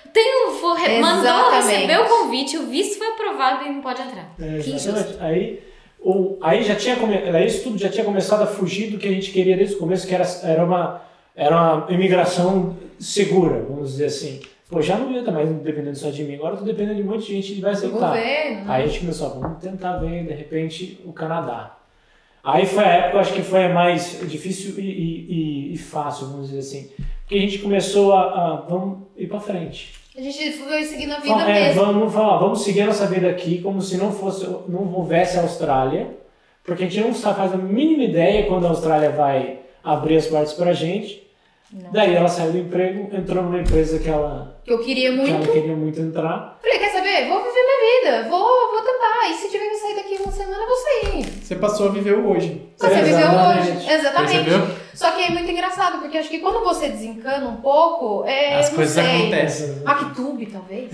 Mandou receber o convite, o visto foi aprovado e não pode entrar. Que injusto. Aí já tinha isso tudo já tinha começado a fugir do que a gente queria desde o começo, que era uma imigração segura, vamos dizer assim. Pô, já não ia estar mais dependendo só de mim, agora eu tô dependendo de um monte de gente que vai aceitar. Aí a gente começou, vamos tentar ver, de repente, o Canadá. Aí foi a época, acho que foi a mais difícil e fácil, vamos dizer assim. Porque a gente começou vamos ir pra frente. A gente foi seguindo a vida mesmo. Vamos seguir a nossa vida aqui como se não houvesse a Austrália, porque a gente não faz a mínima ideia quando a Austrália vai abrir as portas pra gente. Não. Daí ela saiu do emprego, entrou numa empresa que eu queria muito entrar. Falei, quer saber? Vou viver minha vida, vou tentar. E se tiver que sair daqui uma semana, eu vou sair. Você passou a viver o hoje. Você viveu hoje, exatamente. Percebeu? Só que é muito engraçado, porque acho que quando você desencana um pouco, as coisas acontecem. MacTube, talvez.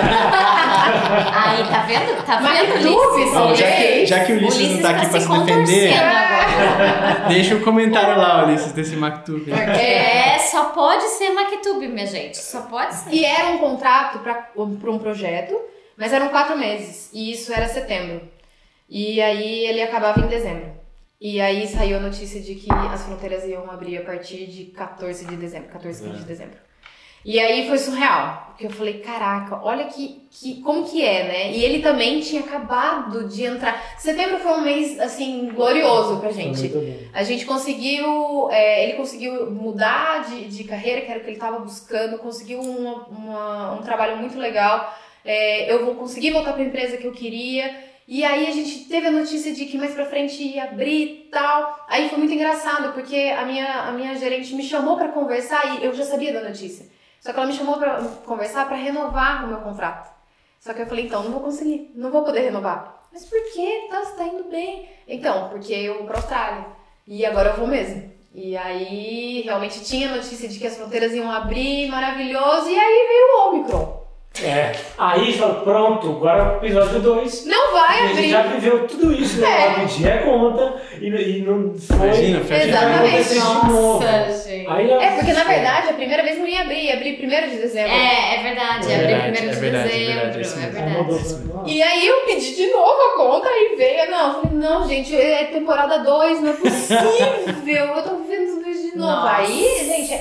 Aí, tá vendo? Tá vendo, MacTube, já que o Ulisses não tá aqui pra se defender, deixa um comentário lá, Ulisses, desse MacTube. Só pode ser MacTube, minha gente. Só pode ser. E era um contrato para um projeto, mas eram 4 meses. E isso era setembro. E aí ele acabava em dezembro. E aí saiu a notícia de que as fronteiras iam abrir a partir de 14 de dezembro. E aí foi surreal. Porque eu falei, caraca, olha como que é, né? E ele também tinha acabado de entrar. Setembro foi um mês, assim, glorioso pra gente. A gente conseguiu... ele conseguiu mudar de carreira, que era o que ele tava buscando. Conseguiu um trabalho muito legal. Eu vou conseguir voltar pra empresa que eu queria. E aí a gente teve a notícia de que mais pra frente ia abrir e tal. Aí foi muito engraçado, porque a minha gerente me chamou pra conversar e eu já sabia da notícia. Só que ela me chamou pra conversar pra renovar o meu contrato. Só que eu falei, então, não vou conseguir, não vou poder renovar. Mas por quê? Tá indo bem. Então, porque eu vou pra Austrália. E agora eu vou mesmo. E aí, realmente tinha notícia de que as fronteiras iam abrir, maravilhoso. E aí veio o Omicron. Aí falou, pronto, agora é o episódio 2. Não vai abrir. A gente já viveu tudo isso, né? Pedir a conta e não foi. Imagina, exatamente. Nossa, gente. Aí, porque na verdade a primeira vez não ia abrir 1º de dezembro. É verdade, abrir 1º de dezembro. É verdade. E aí eu pedi de novo a conta e veio. Não, eu falei, não, gente, é temporada 2, não é possível. Eu tô vivendo tudo isso de novo. Nossa. Aí, gente,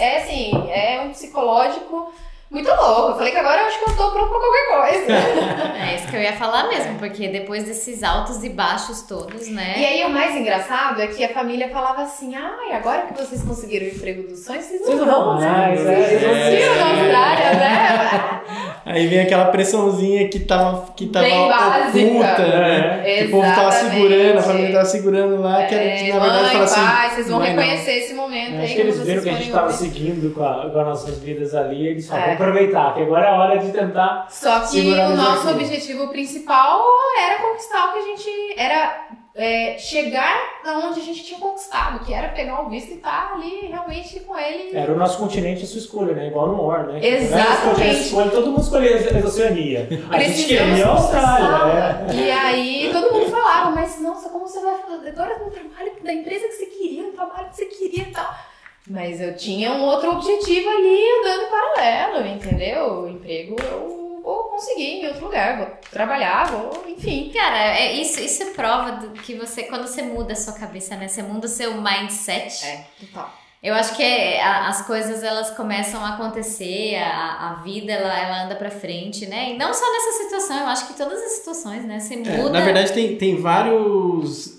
é um psicológico muito louco. Eu falei que agora eu acho que eu tô pronto pra qualquer coisa. É isso que eu ia falar mesmo, porque depois desses altos e baixos todos, né? E aí o mais engraçado é que a família falava assim, agora que vocês conseguiram o emprego dos sonhos, vocês não vão mais. Vocês não iam na Austrália, né? Aí vem aquela pressãozinha que tava bem básica, oculta, né? Que o povo tava segurando, a família tava segurando lá, que na verdade fala assim... Vocês vão reconhecer esse momento aí. Acho que eles viram que a gente tava seguindo com as nossas vidas ali, eles falaram, aproveitar, que agora é a hora de tentar. Só que o nosso objetivo principal era conquistar o que a gente era, chegar aonde a gente tinha conquistado, que era pegar o visto e estar ali realmente com ele. Era o nosso continente a sua escolha, né? Igual no War, né? Exatamente. Todo mundo escolhia a Oceania. A gente queria a Austrália. E aí todo mundo falava, mas nossa, como você vai fazer agora no trabalho da empresa que você queria, no trabalho que você queria e tal. Mas eu tinha um outro objetivo ali andando em paralelo, entendeu? O emprego eu vou conseguir em outro lugar, vou trabalhar, enfim. Cara, isso é prova que você, quando você muda a sua cabeça, né? Você muda o seu mindset. Total. Eu acho que as coisas, elas começam a acontecer, a vida, ela anda pra frente, né? E não só nessa situação, eu acho que todas as situações, né? Você muda... Na verdade, tem vários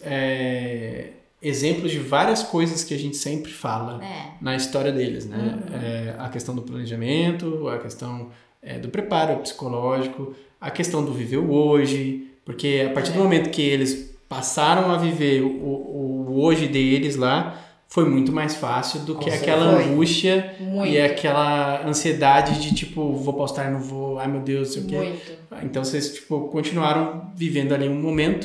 exemplos de várias coisas que a gente sempre fala na história deles, né? A questão do planejamento, a questão do preparo psicológico, a questão do viver o hoje, porque a partir do momento que eles passaram a viver o hoje deles lá, foi muito mais fácil do que aquela angústia e aquela ansiedade de tipo, vou postar, não vou, ai meu Deus, sei o quê. Então vocês tipo, continuaram vivendo ali um momento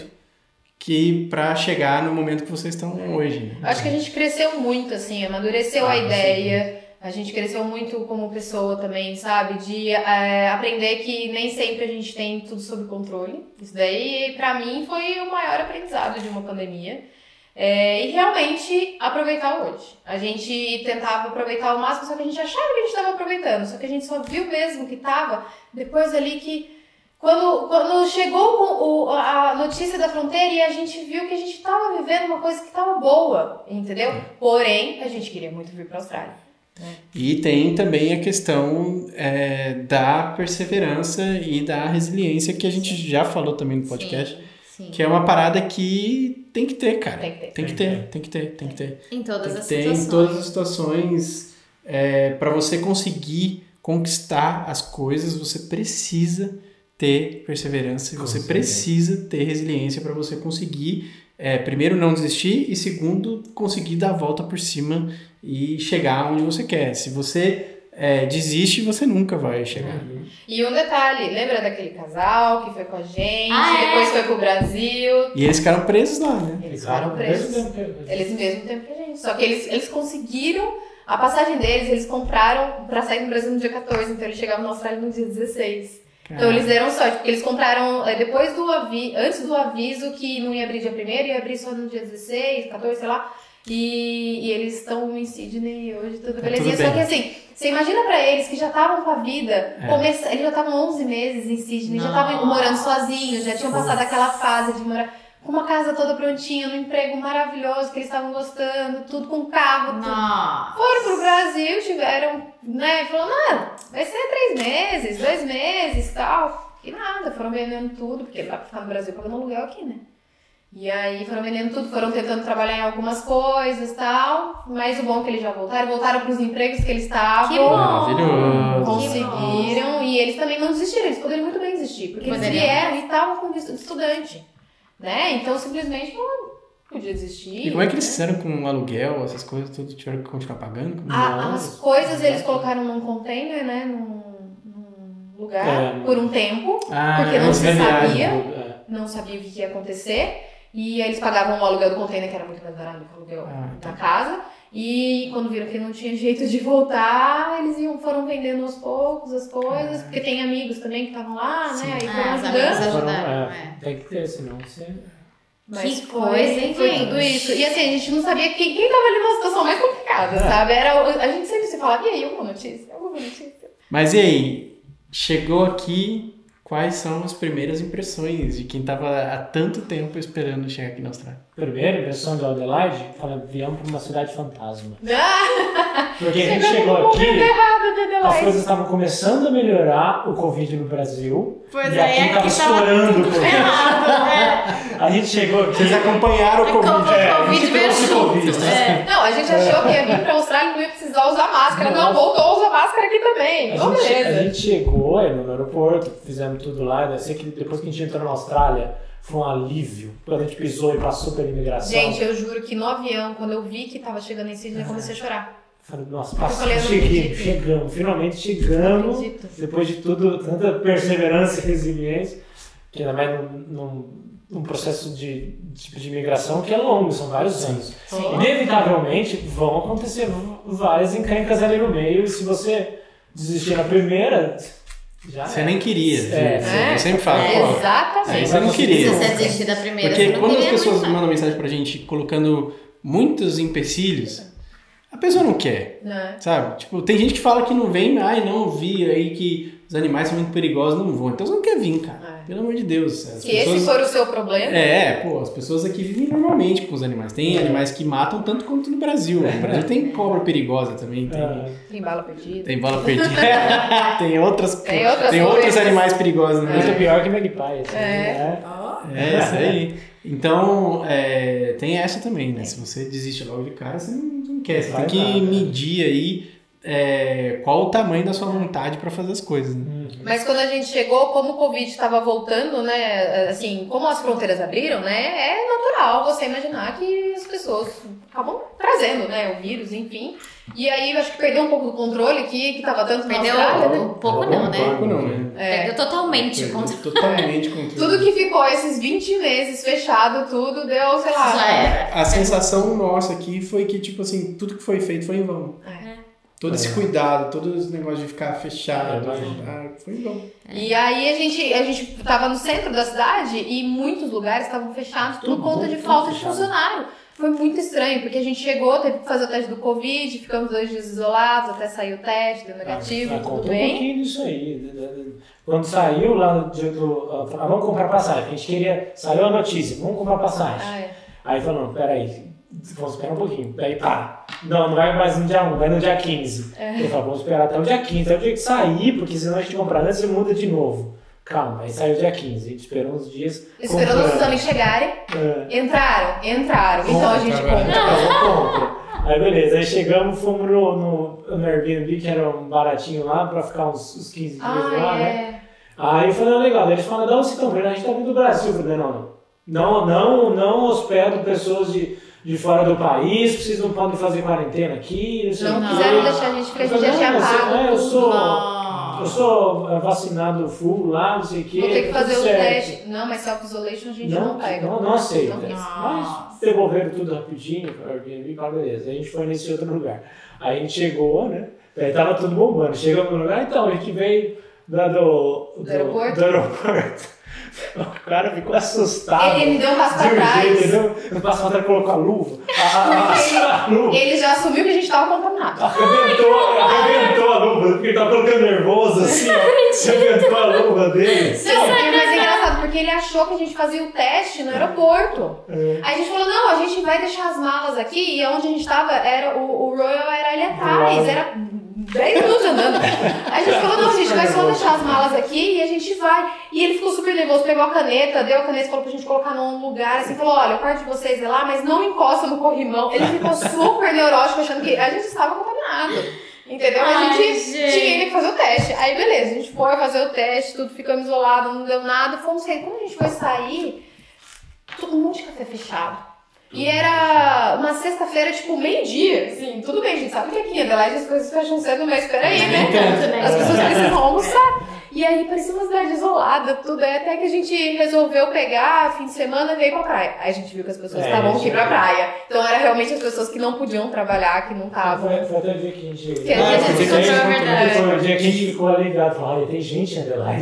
que pra chegar no momento que vocês estão hoje. Né? Acho que a gente cresceu muito, assim, amadureceu a ideia, a gente cresceu muito como pessoa também, sabe? De aprender que nem sempre a gente tem tudo sob controle. Isso daí, pra mim, foi o maior aprendizado de uma pandemia. E realmente aproveitar hoje. A gente tentava aproveitar ao máximo, só que a gente achava que a gente estava aproveitando, só que a gente só viu mesmo que estava depois ali que quando chegou a notícia da fronteira e a gente viu que a gente estava vivendo uma coisa que estava boa, entendeu? Porém, a gente queria muito vir para a Austrália. Né? E tem também a questão da perseverança e da resiliência que a gente já falou também no podcast. Sim. Que é uma parada que tem que ter, cara. Tem que ter. Em todas as situações. Em todas as situações. Para você conseguir conquistar as coisas, você precisa ter perseverança e você precisa ter resiliência para você conseguir, primeiro, não desistir e, segundo, conseguir dar a volta por cima e chegar onde você quer. Se você desiste, você nunca vai chegar. E um detalhe, lembra daquele casal que foi com a gente, depois foi pro Brasil? E eles ficaram presos lá, né? Eles ficaram presos. Eles mesmo tempo que a gente. Só que eles conseguiram, a passagem deles, eles compraram pra sair do Brasil no dia 14, então eles chegavam na Austrália no dia 16. Então eles deram sorte, porque eles compraram depois antes do aviso que não ia abrir dia 1º, ia abrir só no dia 16, 14, sei lá. E eles estão em Sydney hoje, tudo belezinha. Só que assim, você imagina pra eles que já estavam com a vida, eles já estavam 11 meses em Sydney, já estavam morando sozinhos, já tinham passado aquela fase de morar com uma casa toda prontinha, num emprego maravilhoso que eles estavam gostando, tudo com carro, tudo. Foram pro Brasil, tiveram, né, falando, vai ser 3 meses, 2 meses, tal. E nada, foram vendendo tudo, porque dá pra ficar no Brasil pagando aluguel aqui, né? E aí foram vendendo tudo, foram tentando trabalhar em algumas coisas e tal, mas o bom é que eles já voltaram pros empregos que eles estavam. Que bom! Conseguiram, e eles também não desistiram, eles poderiam muito bem desistir, porque eles vieram e estavam com visto de estudante, né? Então simplesmente não podia desistir. E como é que eles fizeram com o aluguel, essas coisas, tudo tiveram que continuar pagando? As coisas eles colocaram num container, né, num lugar, por um tempo, porque não se sabia, não sabia o que ia acontecer. E aí eles pagavam o aluguel do container, que era muito mais barato do que o aluguel da casa. E quando viram que não tinha jeito de voltar, eles foram vendendo aos poucos as coisas. Porque tem amigos também que estavam lá, né? Aí foram ajudando. Tem que ter, senão você... Mas que coisa, hein, foi tudo isso. E assim, a gente não sabia quem tava ali numa situação mais complicada, sabe? A gente sempre se falava, e aí, alguma notícia? Mas e aí, chegou aqui... Quais são as primeiras impressões de quem estava há tanto tempo esperando chegar aqui na Austrália? Primeira impressão de Adelaide, viemos para uma cidade fantasma. Porque a gente chegou aqui, as coisas estavam começando a melhorar, o Covid no Brasil. Pois e aqui estava estourando o Covid. A gente chegou aqui. Vocês acompanharam o Covid. A gente trouxe o Covid. Não, a gente achou que ia vir para a Austrália e não ia precisar usar máscara. Não, voltou a usar máscara aqui também. A gente chegou no aeroporto, fizemos tudo lá. Eu sei que depois que a gente entrou na Austrália, foi um alívio. Quando a gente pisou e passou pela imigração. Gente, eu juro que no avião, quando eu vi que tava chegando em Sydney, eu comecei a chorar. Falei, nossa, chegamos, finalmente chegamos. Depois de tudo, tanta perseverança e resiliência, que ainda mais num processo de imigração que é longo, são vários anos. Sim. Inevitavelmente vão acontecer várias encrencas ali no meio, e se você desistir na primeira... Você nem queria. Eu sempre falo. Exatamente. Você não queria. Se você desistir da primeira, porque quando as pessoas mandam mensagem pra gente colocando muitos empecilhos, a pessoa não quer, sabe? Tipo, tem gente que fala que não vem, não vi aí que os animais são muito perigosos, não vão. Então você não quer vir, cara. Pelo amor de Deus. Se esse for o seu problema... as pessoas aqui vivem normalmente com os animais. Tem animais que matam tanto quanto no Brasil. No Brasil tem cobra perigosa também. Tem bala perdida. Tem bala perdida. tem outros animais perigosos. Muito pior que magpie. Isso aí. Então, tem essa também, né? Se você desiste logo de cara, você não quer. Você tem que medir aí qual o tamanho da sua vontade para fazer as coisas, né? Mas quando a gente chegou, como o Covid estava voltando, né? Assim, como as fronteiras abriram, né? É natural você imaginar que as pessoas acabam trazendo, né? O vírus, enfim. E aí, eu acho que perdeu um pouco do controle que tava tanto na Austrália, né? Um pouco não, né? Um pouco não, né? Perdeu totalmente o controle. Totalmente controle. Tudo que ficou esses 20 meses fechado, tudo deu, sei lá. Já era. A sensação nossa aqui foi que, tipo assim, tudo que foi feito foi em vão. Todo esse cuidado, todo esse negócio de ficar fechado, foi em vão. E aí a gente tava no centro da cidade e muitos lugares estavam fechados por conta de falta de funcionário. Foi muito estranho, porque a gente chegou, teve que fazer o teste do Covid, ficamos 2 dias isolados até sair o teste, deu negativo, tudo bem. Um pouquinho disso aí. Quando saiu lá vamos comprar passagem, a gente queria, saiu a notícia, vamos comprar passagem. Aí falou, peraí, vamos esperar um pouquinho. Aí não vai mais no dia 1, vai no dia 15. Eu falei, vamos esperar até o dia 15, até o dia que sair, porque senão a gente comprar antes e muda de novo. Calma, aí saiu dia 15, a gente esperou uns dias. Esperou nossos amigos chegarem, entraram. Então a gente compra. Aí beleza, aí chegamos, fomos no Airbnb, que era um baratinho lá, pra ficar uns 15 dias lá, né? Aí eu falei, legal, daí eles falaram, da onde vocês estão vendo? A gente tá vindo do Brasil. Eu falei, não hospedo pessoas de fora do país, vocês não podem fazer quarentena aqui. Não quiseram deixar a gente ficar de dia pago. Eu sou vacinado full lá, não sei o que. Vou ter que fazer o teste. Não, mas self-isolation a gente não pega. Não aceita. Mas devolveram tudo rapidinho, Airbnb, beleza. A gente foi nesse outro lugar. Aí a gente chegou, né? Aí tava tudo bombando. Chegamos no lugar, então, a gente veio do aeroporto. O cara ficou assustado. Ele me deu um passo pra trás. O passo pra trás colocou a luva. Ele já assumiu que a gente tava contaminado. Arrebentou a luva, porque ele tava colocando nervoso assim, ó. Arrebentou a luva dele. Não, mas é engraçado, porque ele achou que a gente fazia o teste no aeroporto. Aí a gente falou, não, a gente vai deixar as malas aqui, e onde a gente tava, o Royal era ali atrás, era 10 minutos andando. Aí a gente falou, não, a gente vai só deixar as malas aqui e a gente vai. E ele ficou super nervoso, pegou a caneta, deu a caneta e falou pra gente colocar num lugar, assim, falou, olha, o quarto de vocês é lá, mas não encosta no corrimão. Ele ficou super neurótico, achando que a gente estava contaminado. Entendeu? A gente tinha que fazer o teste. Aí beleza, a gente foi fazer o teste, tudo, ficamos isolados, não deu nada, fomos sair. Quando a gente foi sair, todo mundo de café fechado. E era uma sexta-feira, tipo, meio-dia, assim, tudo bem, a gente sabe que aqui em Adelaide as coisas fecham cedo, mas peraí, né? As pessoas precisam almoçar. E aí parecia uma cidade isolada, tudo, até que a gente resolveu pegar, fim de semana, veio pra praia. Aí a gente viu que as pessoas estavam aqui pra praia. Então era realmente as pessoas que não podiam trabalhar, que não estavam. Foi até o dia que a gente... Foi o dia que a gente ficou ligado, falou, tem gente em Adelaide.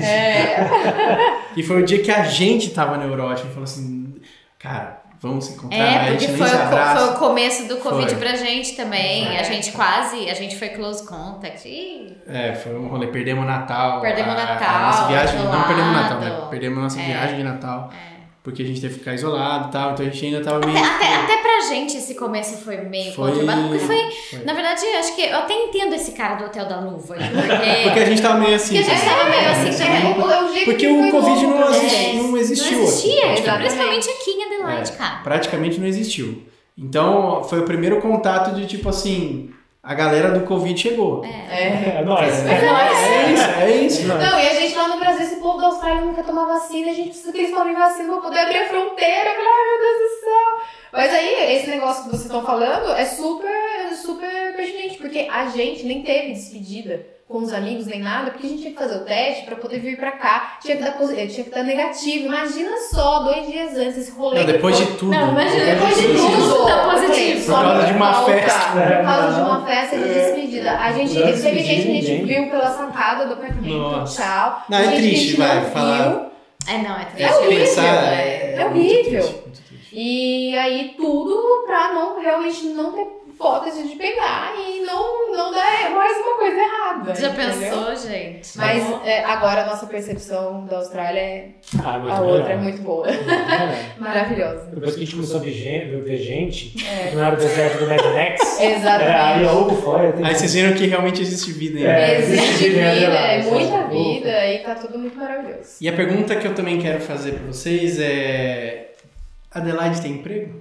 E foi o dia que a gente tava neurótico e falou assim, cara... Vamos se encontrar, porque foi o começo do Covid pra gente também. A gente foi close contact. Foi um rolê, perdemos o Natal. A nossa viagem, não perdemos o Natal, né? Perdemos a nossa viagem de Natal. Porque a gente teve que ficar isolado e tal, então a gente ainda tava meio... Até pra gente esse começo foi meio conturbado, porque foi... Na verdade, acho que eu até entendo esse cara do Hotel da Luva. Porque a gente tava meio assim. Porque a gente tava meio assim também. Porque o Covid não existiu. Não existia, principalmente aqui em Adelaide, cara. Praticamente não existiu. Então, foi o primeiro contato de tipo assim... A galera do Covid chegou. É nóis. É isso. Não, e a gente lá no Brasil, esse povo da Austrália não quer tomar vacina, a gente precisa que eles tomem vacina pra poder abrir a fronteira. Eu falei, ai meu Deus do céu. Mas aí, esse negócio que vocês estão falando é super pertinente, porque a gente nem teve despedida com os amigos nem nada, porque a gente tinha que fazer o teste pra poder vir pra cá, tinha que dar negativo. Imagina só, 2 dias antes esse rolê. Não, depois de tudo. Não, imagina depois de tudo tá positivo. Por causa de uma festa. Por causa de uma festa de despedida. A gente teve gente que a gente viu pela sacada do apartamento. Tchau. Não, é triste, vai falar. Não, é triste. É horrível. E aí tudo pra realmente não ter hipótese de pegar e não dar mais uma coisa errada. Já entendeu? pensou, gente? Mas agora a nossa percepção da Austrália a melhor. outra é muito boa. Maravilhosa. Depois que a gente começou a ver gente, não era o deserto do Mad Max, Exatamente. aí o fora. Aí vocês viram que realmente existe vida. Existe vida, é existe muita vida. vida e tá tudo muito maravilhoso. E a pergunta que eu também quero fazer pra vocês é... Adelaide tem emprego?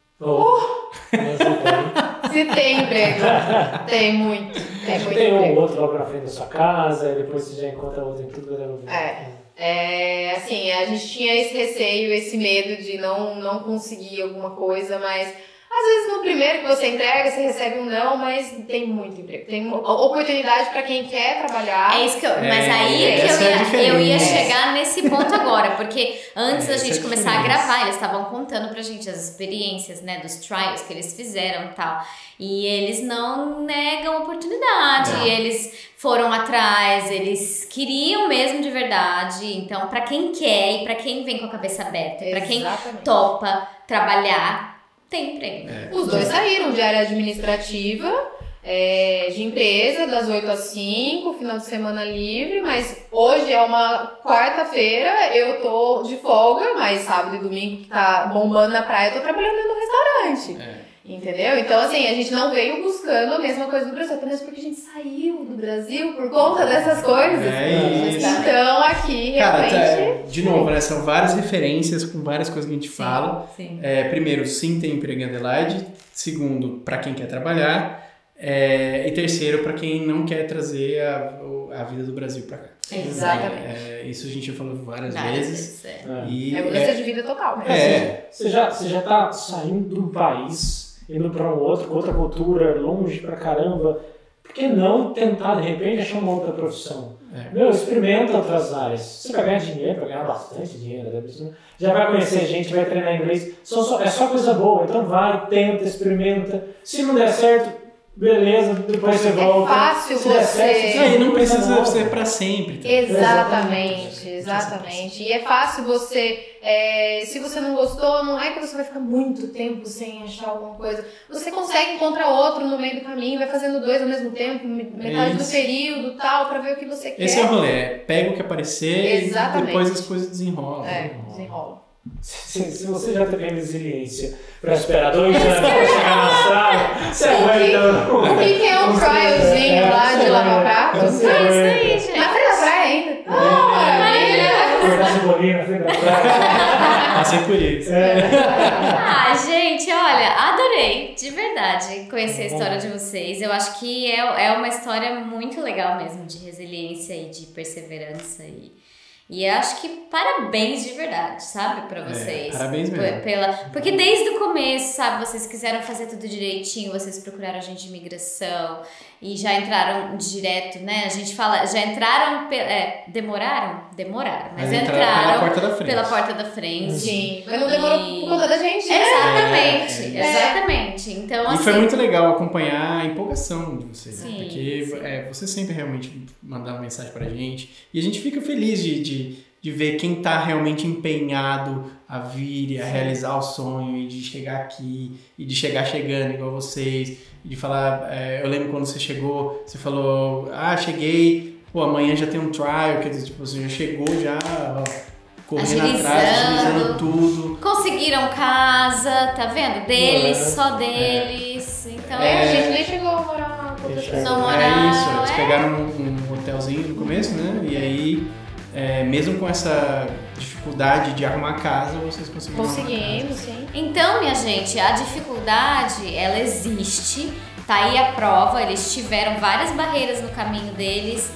Se tem emprego, tem muito. Tem muito Tem um emprego. outro logo na frente da sua casa, e depois você já encontra outro em tudo que é lugar. Assim, a gente tinha esse receio, esse medo de não conseguir alguma coisa, mas às vezes no primeiro que você entrega, você recebe um não, mas tem muito emprego. Tem oportunidade para quem quer trabalhar. É isso que mas aí que eu ia chegar nesse ponto agora, porque antes da gente começar a gravar, eles estavam contando pra gente as experiências, né, dos trials que eles fizeram e tal. E eles não negam oportunidade, eles foram atrás, eles queriam mesmo de verdade. Então, pra quem quer e pra quem vem com a cabeça aberta, pra quem topa trabalhar, tem emprego. Os dois saíram de área administrativa, de empresa, das 8 às 5, final de semana livre, mas hoje é uma quarta-feira, eu tô de folga, mas sábado e domingo que tá bombando na praia, eu tô trabalhando no restaurante. Entendeu? Então, assim, a gente não veio buscando a mesma coisa do Brasil, apenas porque a gente saiu do Brasil por conta dessas coisas. Isso. Então, aqui, realmente... Cara, de novo, né? São várias referências com várias coisas que a gente fala. Sim. Primeiro, sim, tem emprego em Adelaide. Segundo, para quem quer trabalhar. E terceiro, para quem não quer trazer a vida do Brasil para cá. Exatamente. Isso a gente já falou várias vezes. É mudança de vida total. Você já tá saindo de um país, indo para um outro, com outra cultura, longe pra caramba. Por que não tentar, de repente, achar uma outra profissão? Experimenta outras áreas. Você vai ganhar dinheiro, vai ganhar bastante dinheiro. Já vai conhecer gente, vai treinar inglês. É só coisa boa. Então vai, tenta, experimenta. Se não der certo, beleza, depois você volta. É fácil você... E não precisa ser pra sempre. Tá? Exatamente. E é fácil você... se você não gostou, não é que você vai ficar muito tempo sem achar alguma coisa. Você consegue encontrar outro no meio do caminho, vai fazendo 2 ao mesmo tempo, metade do período, tal, pra ver o que você quer. Esse é o rolê. Pega o que aparecer e depois as coisas desenrolam. Desenrola. Se você já teve resiliência para esperar 2 anos para chegar na Austrália, você aguenta. O que é um trialzinho lá de lavar prato? É isso aí, gente. Na frente da praia ainda. Cortar cebolinha na frente da praia. Passei por isso. Gente, olha, adorei, de verdade, conhecer a história de vocês. Eu acho que é uma história muito legal mesmo, de resiliência e de perseverança e acho que parabéns de verdade, sabe, pra vocês. Parabéns mesmo. Porque desde o começo, sabe, vocês quiseram fazer tudo direitinho, vocês procuraram a gente de imigração e já entraram direto, né? A gente fala, já entraram, demoraram, mas entraram pela porta da frente. Sim, mas não demorou por conta da gente. Exatamente. Então, e foi muito legal acompanhar a empolgação de vocês, sim, porque você sempre realmente mandava mensagem pra gente e a gente fica feliz de ver quem tá realmente empenhado a vir e a realizar o sonho e de chegar aqui e de chegar chegando igual vocês e de falar, eu lembro quando você chegou, você falou, cheguei, amanhã já tem um trial, quer dizer, tipo, você já chegou correndo atrás, agilizando tudo. Conseguiram casa, tá vendo? Deles, só deles. Então a gente nem chegou a morar com outra pessoa. Isso, eles pegaram um hotelzinho no começo, né? E aí, mesmo com essa dificuldade de arrumar casa, vocês conseguiram. Conseguimos, sim. Então, minha gente, a dificuldade, ela existe. Tá aí a prova, eles tiveram várias barreiras no caminho deles.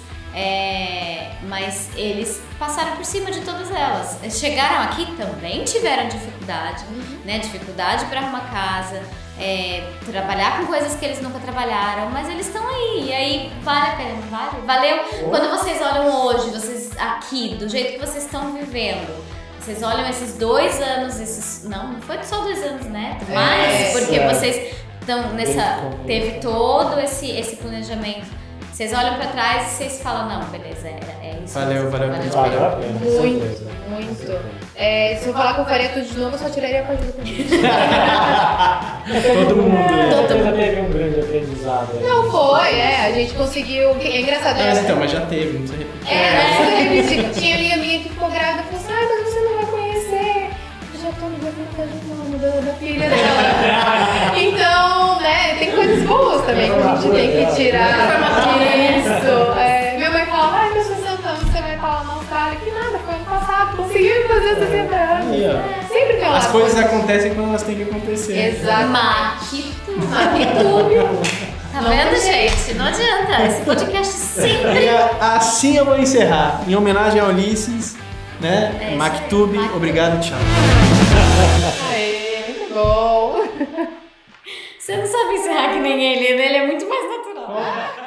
Mas eles passaram por cima de todas elas. Eles chegaram aqui, também tiveram dificuldade, né? Dificuldade para arrumar casa, trabalhar com coisas que eles nunca trabalharam, mas eles estão aí. E aí, vale a pena, não vale? Valeu? Quando vocês olham hoje, vocês aqui, do jeito que vocês estão vivendo, vocês olham esses 2 anos, não foi só 2 anos, né? Mais, porque vocês estão teve todo esse planejamento. Vocês olham pra trás e vocês falam, não, beleza, é isso. Valeu a pena. Valeu a pena, Muito, certeza. muito. Se eu falar que eu faria tudo de novo, eu só tiraria a parte do convite. Todo mundo. Já teve um grande aprendizado aí. Não foi, a gente conseguiu. É engraçado. Mas já teve, não precisa repetir. Não precisa repetir. Tinha amiga minha que ficou grávida e falou assim: mas você não vai conhecer. Eu já tô ligando da filha dela. Então, né, tem coisas boas também que a gente tem que tirar. Isso. Minha mãe fala: meu 60 anos você vai falar, não, cara, que nada, foi ano passado, conseguiu fazer 60 anos. Sempre tem um As coisas acontecem quando elas têm que acontecer. Exato. Mactube. Tá vendo, gente? Não adianta. Esse podcast sempre. E assim eu vou encerrar. Em homenagem a Ulisses, né? Mactube, obrigado, tchau. Aê, muito bom. Você não sabe encerrar que nem ele, né? Ele é muito mais natural.